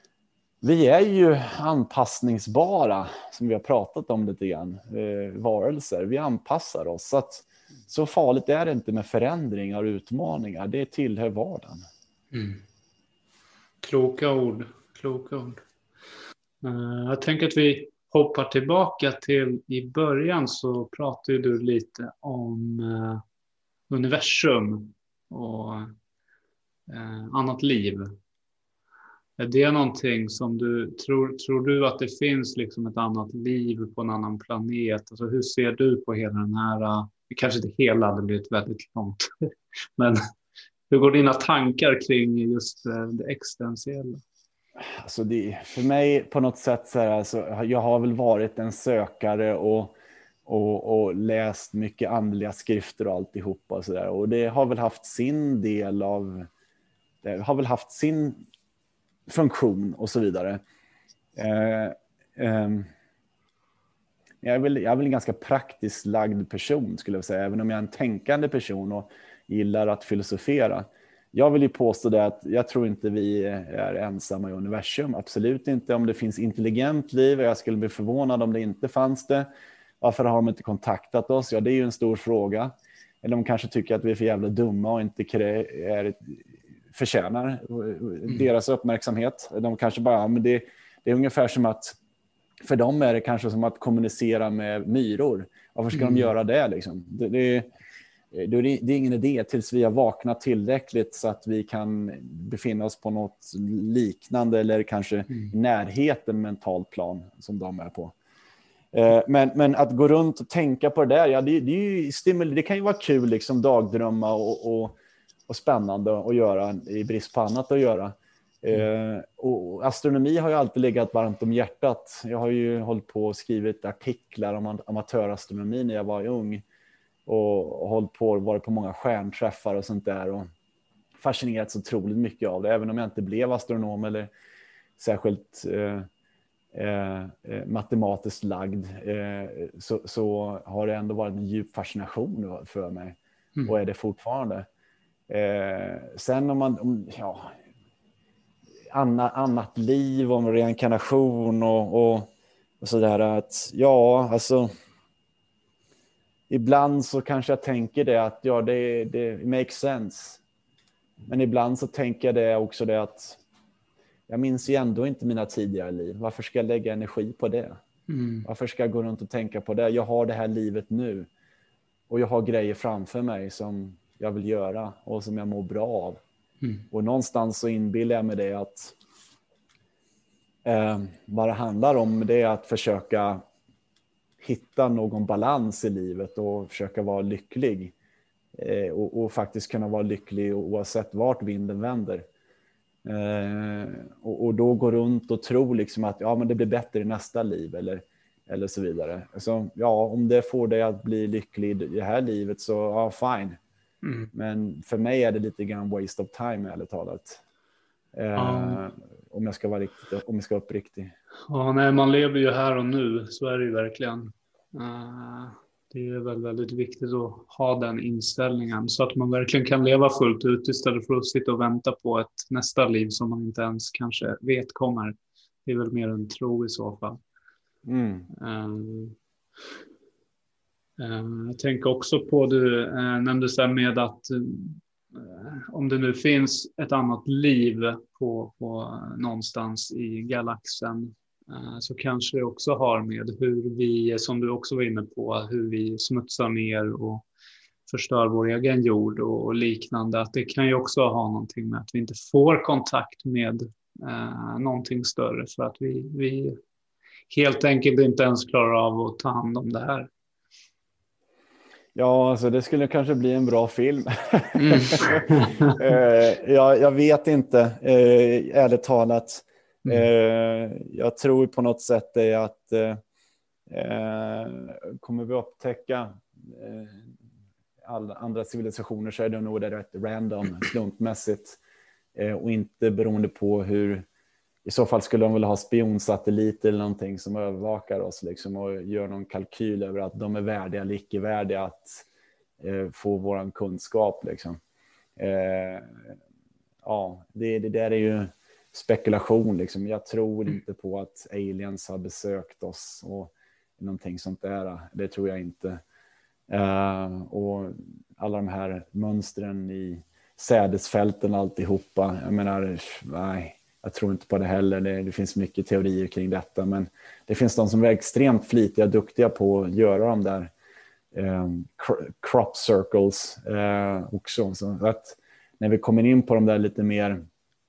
vi är ju anpassningsbara, som vi har pratat om lite grann, eh, varelser. Vi anpassar oss, så att så farligt är det inte med förändringar och utmaningar. Det tillhör vardagen. Mm. Kloka ord. Kloka ord. Uh, jag tänker att vi hoppar tillbaka till i början, så pratade du lite om uh, universum och uh, annat liv. Är det någonting som du tror, tror du att det finns liksom ett annat liv på en annan planet? Alltså hur ser du på hela den här, uh, kanske inte hela, det blir ett väldigt långt, men hur går dina tankar kring just uh, det existentiella? Alltså det, för mig på något sätt så här, alltså, jag har väl varit en sökare och, och, och läst mycket andliga skrifter och alltihopa och så där. Och det har väl haft sin del av, det har väl haft sin funktion och så vidare. Eh, eh, jag, är väl, jag är väl en ganska praktiskt lagd person, skulle jag säga, även om jag är en tänkande person och gillar att filosofera. Jag vill ju påstå det att jag tror inte vi är ensamma i universum. Absolut inte. Om det finns intelligent liv, och jag skulle bli förvånad om det inte fanns det. Varför har de inte kontaktat oss? Ja, det är ju en stor fråga. Eller de kanske tycker att vi är för jävla dumma och inte är, förtjänar mm. deras uppmärksamhet. De kanske bara, men det, det är ungefär som att, för dem är det kanske som att kommunicera med myror. Varför ska mm. de göra det liksom? Det, det Det är ingen idé tills vi har vaknat tillräckligt så att vi kan befinna oss på något liknande eller kanske mm. i närheten mentalt plan som de är på. Men, men att gå runt och tänka på det där, ja, det, det, är ju stimul- det kan ju vara kul, liksom dagdrömma och, och, och spännande att göra i brist på annat att göra. Mm. Och astronomi har ju alltid legat varmt om hjärtat. Jag har ju hållit på och skrivit artiklar om amatörastronomi när jag var ung. Och, och hållit på och varit på många stjärnträffar och sånt där. Och fascinerats otroligt mycket av det. Även om jag inte blev astronom eller särskilt eh, eh, matematiskt lagd eh, så, så har det ändå varit en djup fascination för mig. Mm. Och är det fortfarande. Eh, sen om man, om, ja, anna, annat liv, om reinkarnation och, och, och sådär, att ja, alltså ibland så kanske jag tänker det att ja, det, det makes sense. Men ibland så tänker jag det också det att jag minns ju ändå inte mina tidigare liv. Varför ska jag lägga energi på det? Mm. Varför ska jag gå runt och tänka på det? Jag har det här livet nu. Och jag har grejer framför mig som jag vill göra och som jag mår bra av. Mm. Och någonstans så inbillar jag mig det att eh, vad det handlar om det är att försöka hitta någon balans i livet och försöka vara lycklig. Eh, och, och faktiskt kunna vara lycklig oavsett vart vinden vänder. Eh, och, och då gå runt och tro liksom att ja, men det blir bättre i nästa liv eller, eller så vidare. Så, ja, om det får dig att bli lycklig i det här livet så ja, fine. Mm. Men för mig är det lite grann waste of time, ärligt talat. Eh, mm. Om jag ska vara riktigt, om jag ska vara uppriktig. Ja, nej, man lever ju här och nu, så är det ju verkligen. Uh, det är väl väldigt viktigt att ha den inställningen så att man verkligen kan leva fullt ut istället för att sitta och vänta på ett nästa liv som man inte ens kanske vet kommer. Det är väl mer en tro i så fall. Mm. Uh, uh, jag tänker också på, du uh, nämnde så här med att uh, om det nu finns ett annat liv på, på någonstans i galaxen, så kanske det också har med hur vi, som du också var inne på, hur vi smutsar ner och förstör vår egen jord och liknande. Att det kan ju också ha någonting med att vi inte får kontakt med eh, någonting större för att vi, vi helt enkelt inte ens klarar av att ta hand om det här. Ja, alltså det skulle kanske bli en bra film. Mm. eh, jag, jag vet inte, eh, ärligt talat. Mm. Eh, jag tror på något sätt det är att eh, kommer vi upptäcka eh, alla andra civilisationer så är det nog det rätt random, slumpmässigt eh, och inte beroende på hur, i så fall skulle de väl ha spionsatelliter eller någonting som övervakar oss liksom, och gör någon kalkyl över att de är värdiga eller icke-värdiga att eh, få våran kunskap liksom. Eh, ja, det, det där är ju spekulation liksom. Jag tror inte på att aliens har besökt oss och någonting sånt där. Det tror jag inte. Uh, och alla de här mönstren i sädesfälten alltihopa. Jag menar, nej, jag tror inte på det heller. Det, det finns mycket teorier kring detta, men det finns de som är extremt flitiga och duktiga på att göra de där um, crop circles uh, också. Så att när vi kommer in på de där lite mer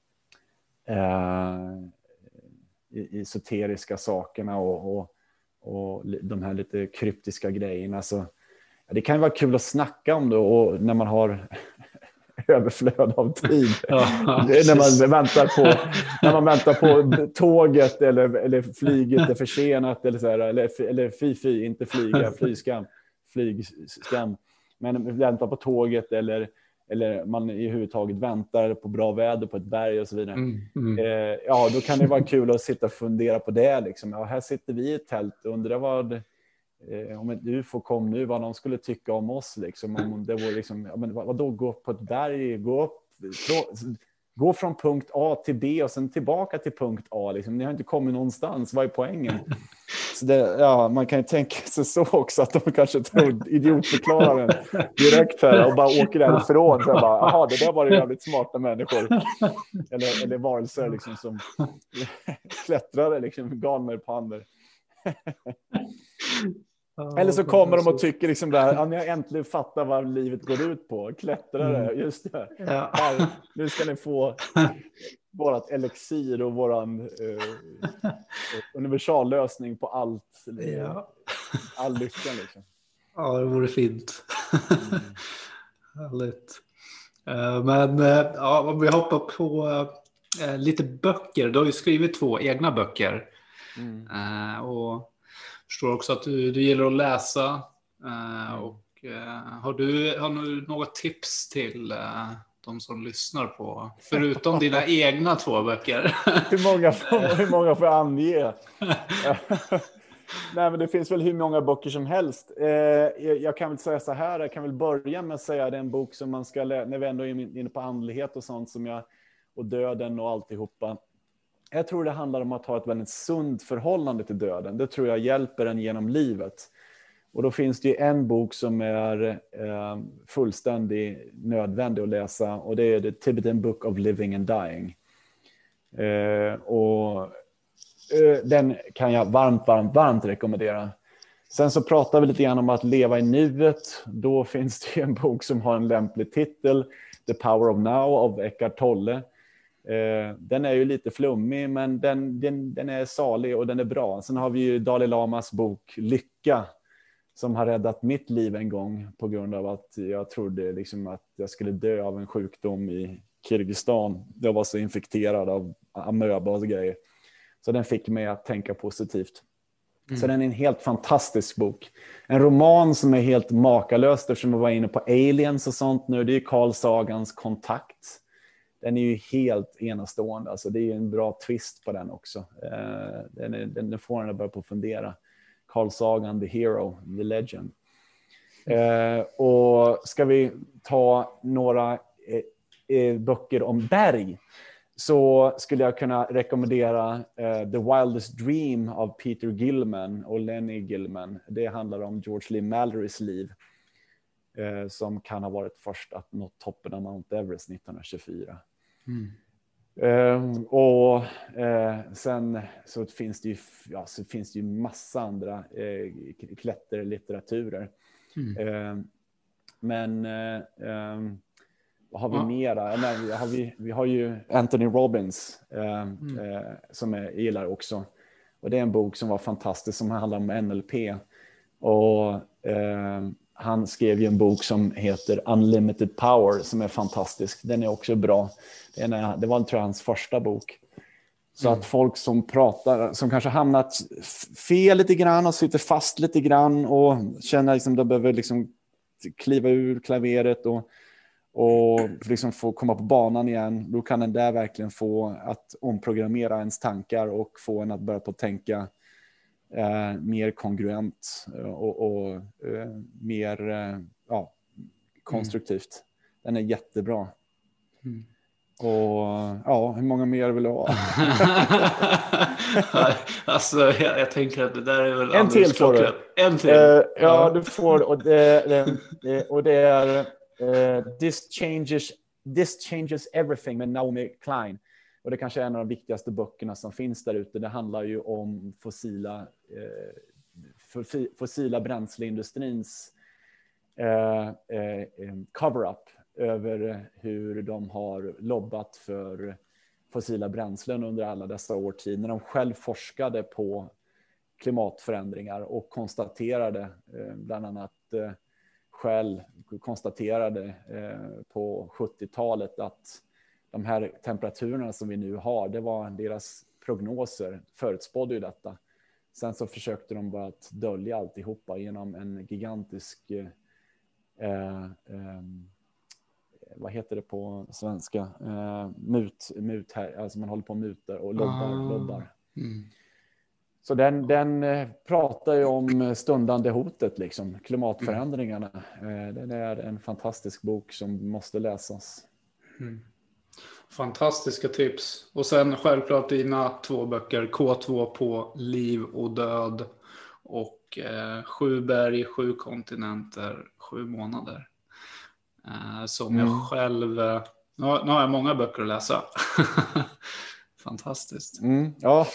Uh, esoteriska sakerna och, och, och de här lite kryptiska grejerna, så ja, det kan ju vara kul att snacka om det och när man har överflöd av tid. Ja, när man väntar på när man väntar på tåget eller, eller flyget är försenat eller så här, eller, eller fy fy inte flyga flygskam flygskam men väntar på tåget eller eller man i huvudtaget väntar på bra väder på ett berg och så vidare. Mm, mm. Eh, ja, då kan det vara kul att sitta och fundera på det. Liksom. Ja, här sitter vi i ett tält och undrar vad, eh, om ett U F O kom nu, vad de skulle tycka om oss. Liksom. Om det var liksom, ja, men vad, vad då, gå upp på ett berg, gå upp, från, gå från punkt A till B och sen tillbaka till punkt A. Liksom. Ni har inte kommit någonstans, vad är poängen? Så det, ja, man kan ju tänka sig så också att de kanske tror idiotförklarar den direkt här och bara åker därifrån. Så bara, aha, det där var det jävligt smarta människor. Eller, eller varelser liksom, som klättrade liksom, galmer på handen. Eller så kommer de och tycker liksom där, ja, ni har äntligen fattat vad livet går ut på. Klättrare, just det. Ja. Här, nu ska ni få vårat elixir och våran eh, universallösning på allt. Ja. All lycka liksom. Ja, det vore fint. Mm. Härligt. Uh, men uh, ja, om vi hoppar på uh, lite böcker. Du har ju skrivit två egna böcker. Mm. Uh, och förstår också att du, du gillar att läsa. Uh, mm. Och uh, har du har du något tips till uh, de som lyssnar på, förutom dina egna två böcker? Hur många får, hur många får jag ange? Nej, men det finns väl hur många böcker som helst. Eh, jag, jag kan väl säga så här, jag kan väl börja med att säga det är en bok som man ska läsa, när vi ändå är inne på andlighet och sånt som jag, och döden och alltihopa. Jag tror det handlar om att ha ett väldigt sunt förhållande till döden. Det tror jag hjälper en genom livet. Och då finns det ju en bok som är eh, fullständigt nödvändig att läsa. Och det är The Tibetan Book of Living and Dying. Eh, och eh, den kan jag varmt, varmt, varmt rekommendera. Sen så pratar vi lite grann om att leva i nuet. Då finns det en bok som har en lämplig titel. The Power of Now av Eckhart Tolle. Eh, den är ju lite flummig, men den, den, den är salig och den är bra. Sen har vi ju Dalai Lamas bok Lycka, som har räddat mitt liv en gång på grund av att jag trodde liksom att jag skulle dö av en sjukdom i Kirgistan. Jag var så infekterad av amöba och grejer. Så den fick mig att tänka positivt. Mm. Så den är en helt fantastisk bok. En roman som är helt makalös, eftersom vi var inne på aliens och sånt nu. Det är Carl Sagans Kontakt. Den är ju helt enastående. Alltså det är en bra twist på den också. Eh, den, är, den, den får en att börja på att fundera. Carl Sagan, the hero, the legend. Eh, och ska vi ta några eh, eh, böcker om berg, så skulle jag kunna rekommendera eh, The Wildest Dream av Peter Gilman och Lenny Gilman. Det handlar om George Lee Mallorys liv, eh, som kan ha varit först att nå toppen av Mount Everest nittonhundratjugofyra. Mm. Uh, och uh, sen så finns det ju, ja, så finns det ju massa andra uh, klätterlitteraturer. Mm. Uh, men uh, um, vad har vi ja. mera? Nej, har vi, vi har ju Anthony Robbins uh, mm. uh, som jag gillar också. Och det är en bok som var fantastisk, som handlar om N L P. Och uh, han skrev ju en bok som heter Unlimited Power, som är fantastisk. Den är också bra. Det, är, det var tror jag hans första bok. Så mm. att folk som pratar, som kanske hamnat fel lite grann och sitter fast lite grann och känner liksom de behöver liksom kliva ur klaveret och, och liksom få komma på banan igen. Då kan den där verkligen få att omprogrammera ens tankar och få en att börja på att tänka Eh, mer kongruent och, och eh, mer eh, ja, konstruktivt. Mm. Den är jättebra. Mm. Och ja, hur många mer vill du ha? Alltså, jag, jag tänker att det där är väl en till får du. En till. Eh, ja, du får, och det, det, och det är uh, This Changes This Changes Everything med Naomi Klein. Och det kanske är en av de viktigaste böckerna som finns där ute. Det handlar ju om fossila, eh, fossila bränsleindustrins eh, eh, cover-up över hur de har lobbat för fossila bränslen under alla dessa årtionden. När de själv forskade på klimatförändringar och konstaterade, eh, bland annat eh, själv konstaterade eh, på sjuttiotalet att de här temperaturerna som vi nu har, det var deras prognoser, förutspådde ju detta. Sen så försökte de bara att dölja alltihopa genom en gigantisk, eh, eh, vad heter det på svenska, eh, mut, mut här, alltså man håller på och mutar och lobbar, ah. lobbar. Mm. Så den, den pratar ju om stundande hotet, liksom, klimatförändringarna. Mm. Eh, den är en fantastisk bok som måste läsas. Mm. Fantastiska tips. Och sen självklart dina två böcker, K två på liv och död och eh, Sju berg, sju kontinenter, sju månader. Eh, som mm. jag själv, eh, nu, har, nu har jag många böcker att läsa. Fantastiskt. Mm, ja.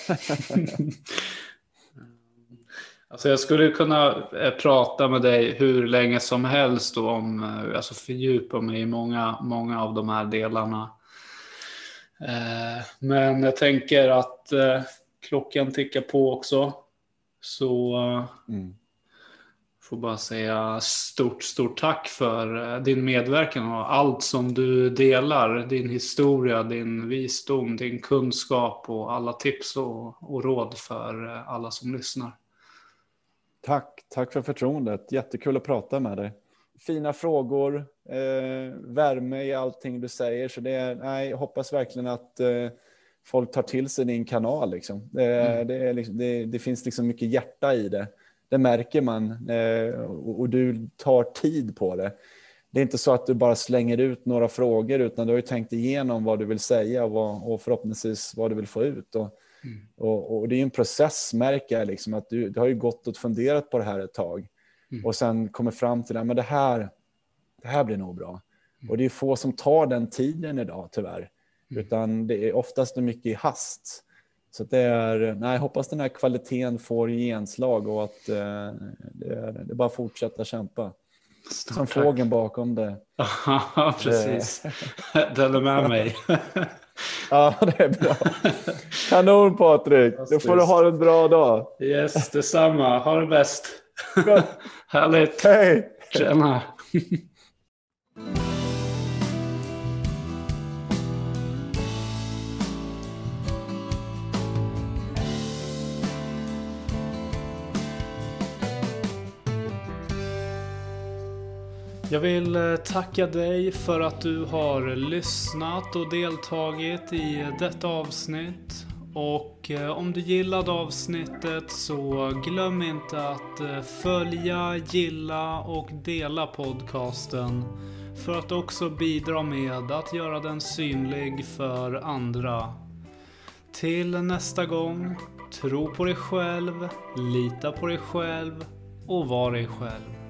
Alltså jag skulle kunna eh, prata med dig hur länge som helst då om, eh, alltså fördjupa mig i många, många av de här delarna. Eh, men jag tänker att eh, klockan tickar på också. Så eh, mm. får bara säga stort, stort tack för eh, din medverkan och allt som du delar. Din historia, din visdom, din kunskap och alla tips och, och råd för eh, alla som lyssnar. Tack, tack för förtroendet. Jättekul att prata med dig. fina frågor, eh, värme i allting du säger. Så det är, nej, jag hoppas verkligen att eh, folk tar till sig din kanal. Liksom. Det, mm. det, är liksom, det, det finns liksom mycket hjärta i det. Det märker man. Eh, och, och du tar tid på det. Det är inte så att du bara slänger ut några frågor, utan du har ju tänkt igenom vad du vill säga och, vad, och förhoppningsvis vad du vill få ut. Och, mm. och, och det är en process, märker jag, liksom, att du, du har ju gått och funderat på det här ett tag. Mm. Och sen kommer fram till det, men det här, det här blir nog bra. Mm. Och det är få som tar den tiden idag, tyvärr. Mm. Utan det är oftast mycket i hast. Så det är, nej, jag hoppas den här kvaliteten får genslag och att eh, det, är, det är bara att fortsätta kämpa. Stort som tack. Fågeln bakom det. Ja, precis. Det är med mig. Ja, det är bra. Kanon, Patrik. Då får du ha en bra dag. Yes, detsamma. Ha det bäst. Härligt. Hej. Tjena. Jag vill tacka dig för att du har lyssnat och deltagit i detta avsnitt. Och om du gillade avsnittet så glöm inte att följa, gilla och dela podcasten för att också bidra med att göra den synlig för andra. Till nästa gång, tro på dig själv, lita på dig själv och var dig själv.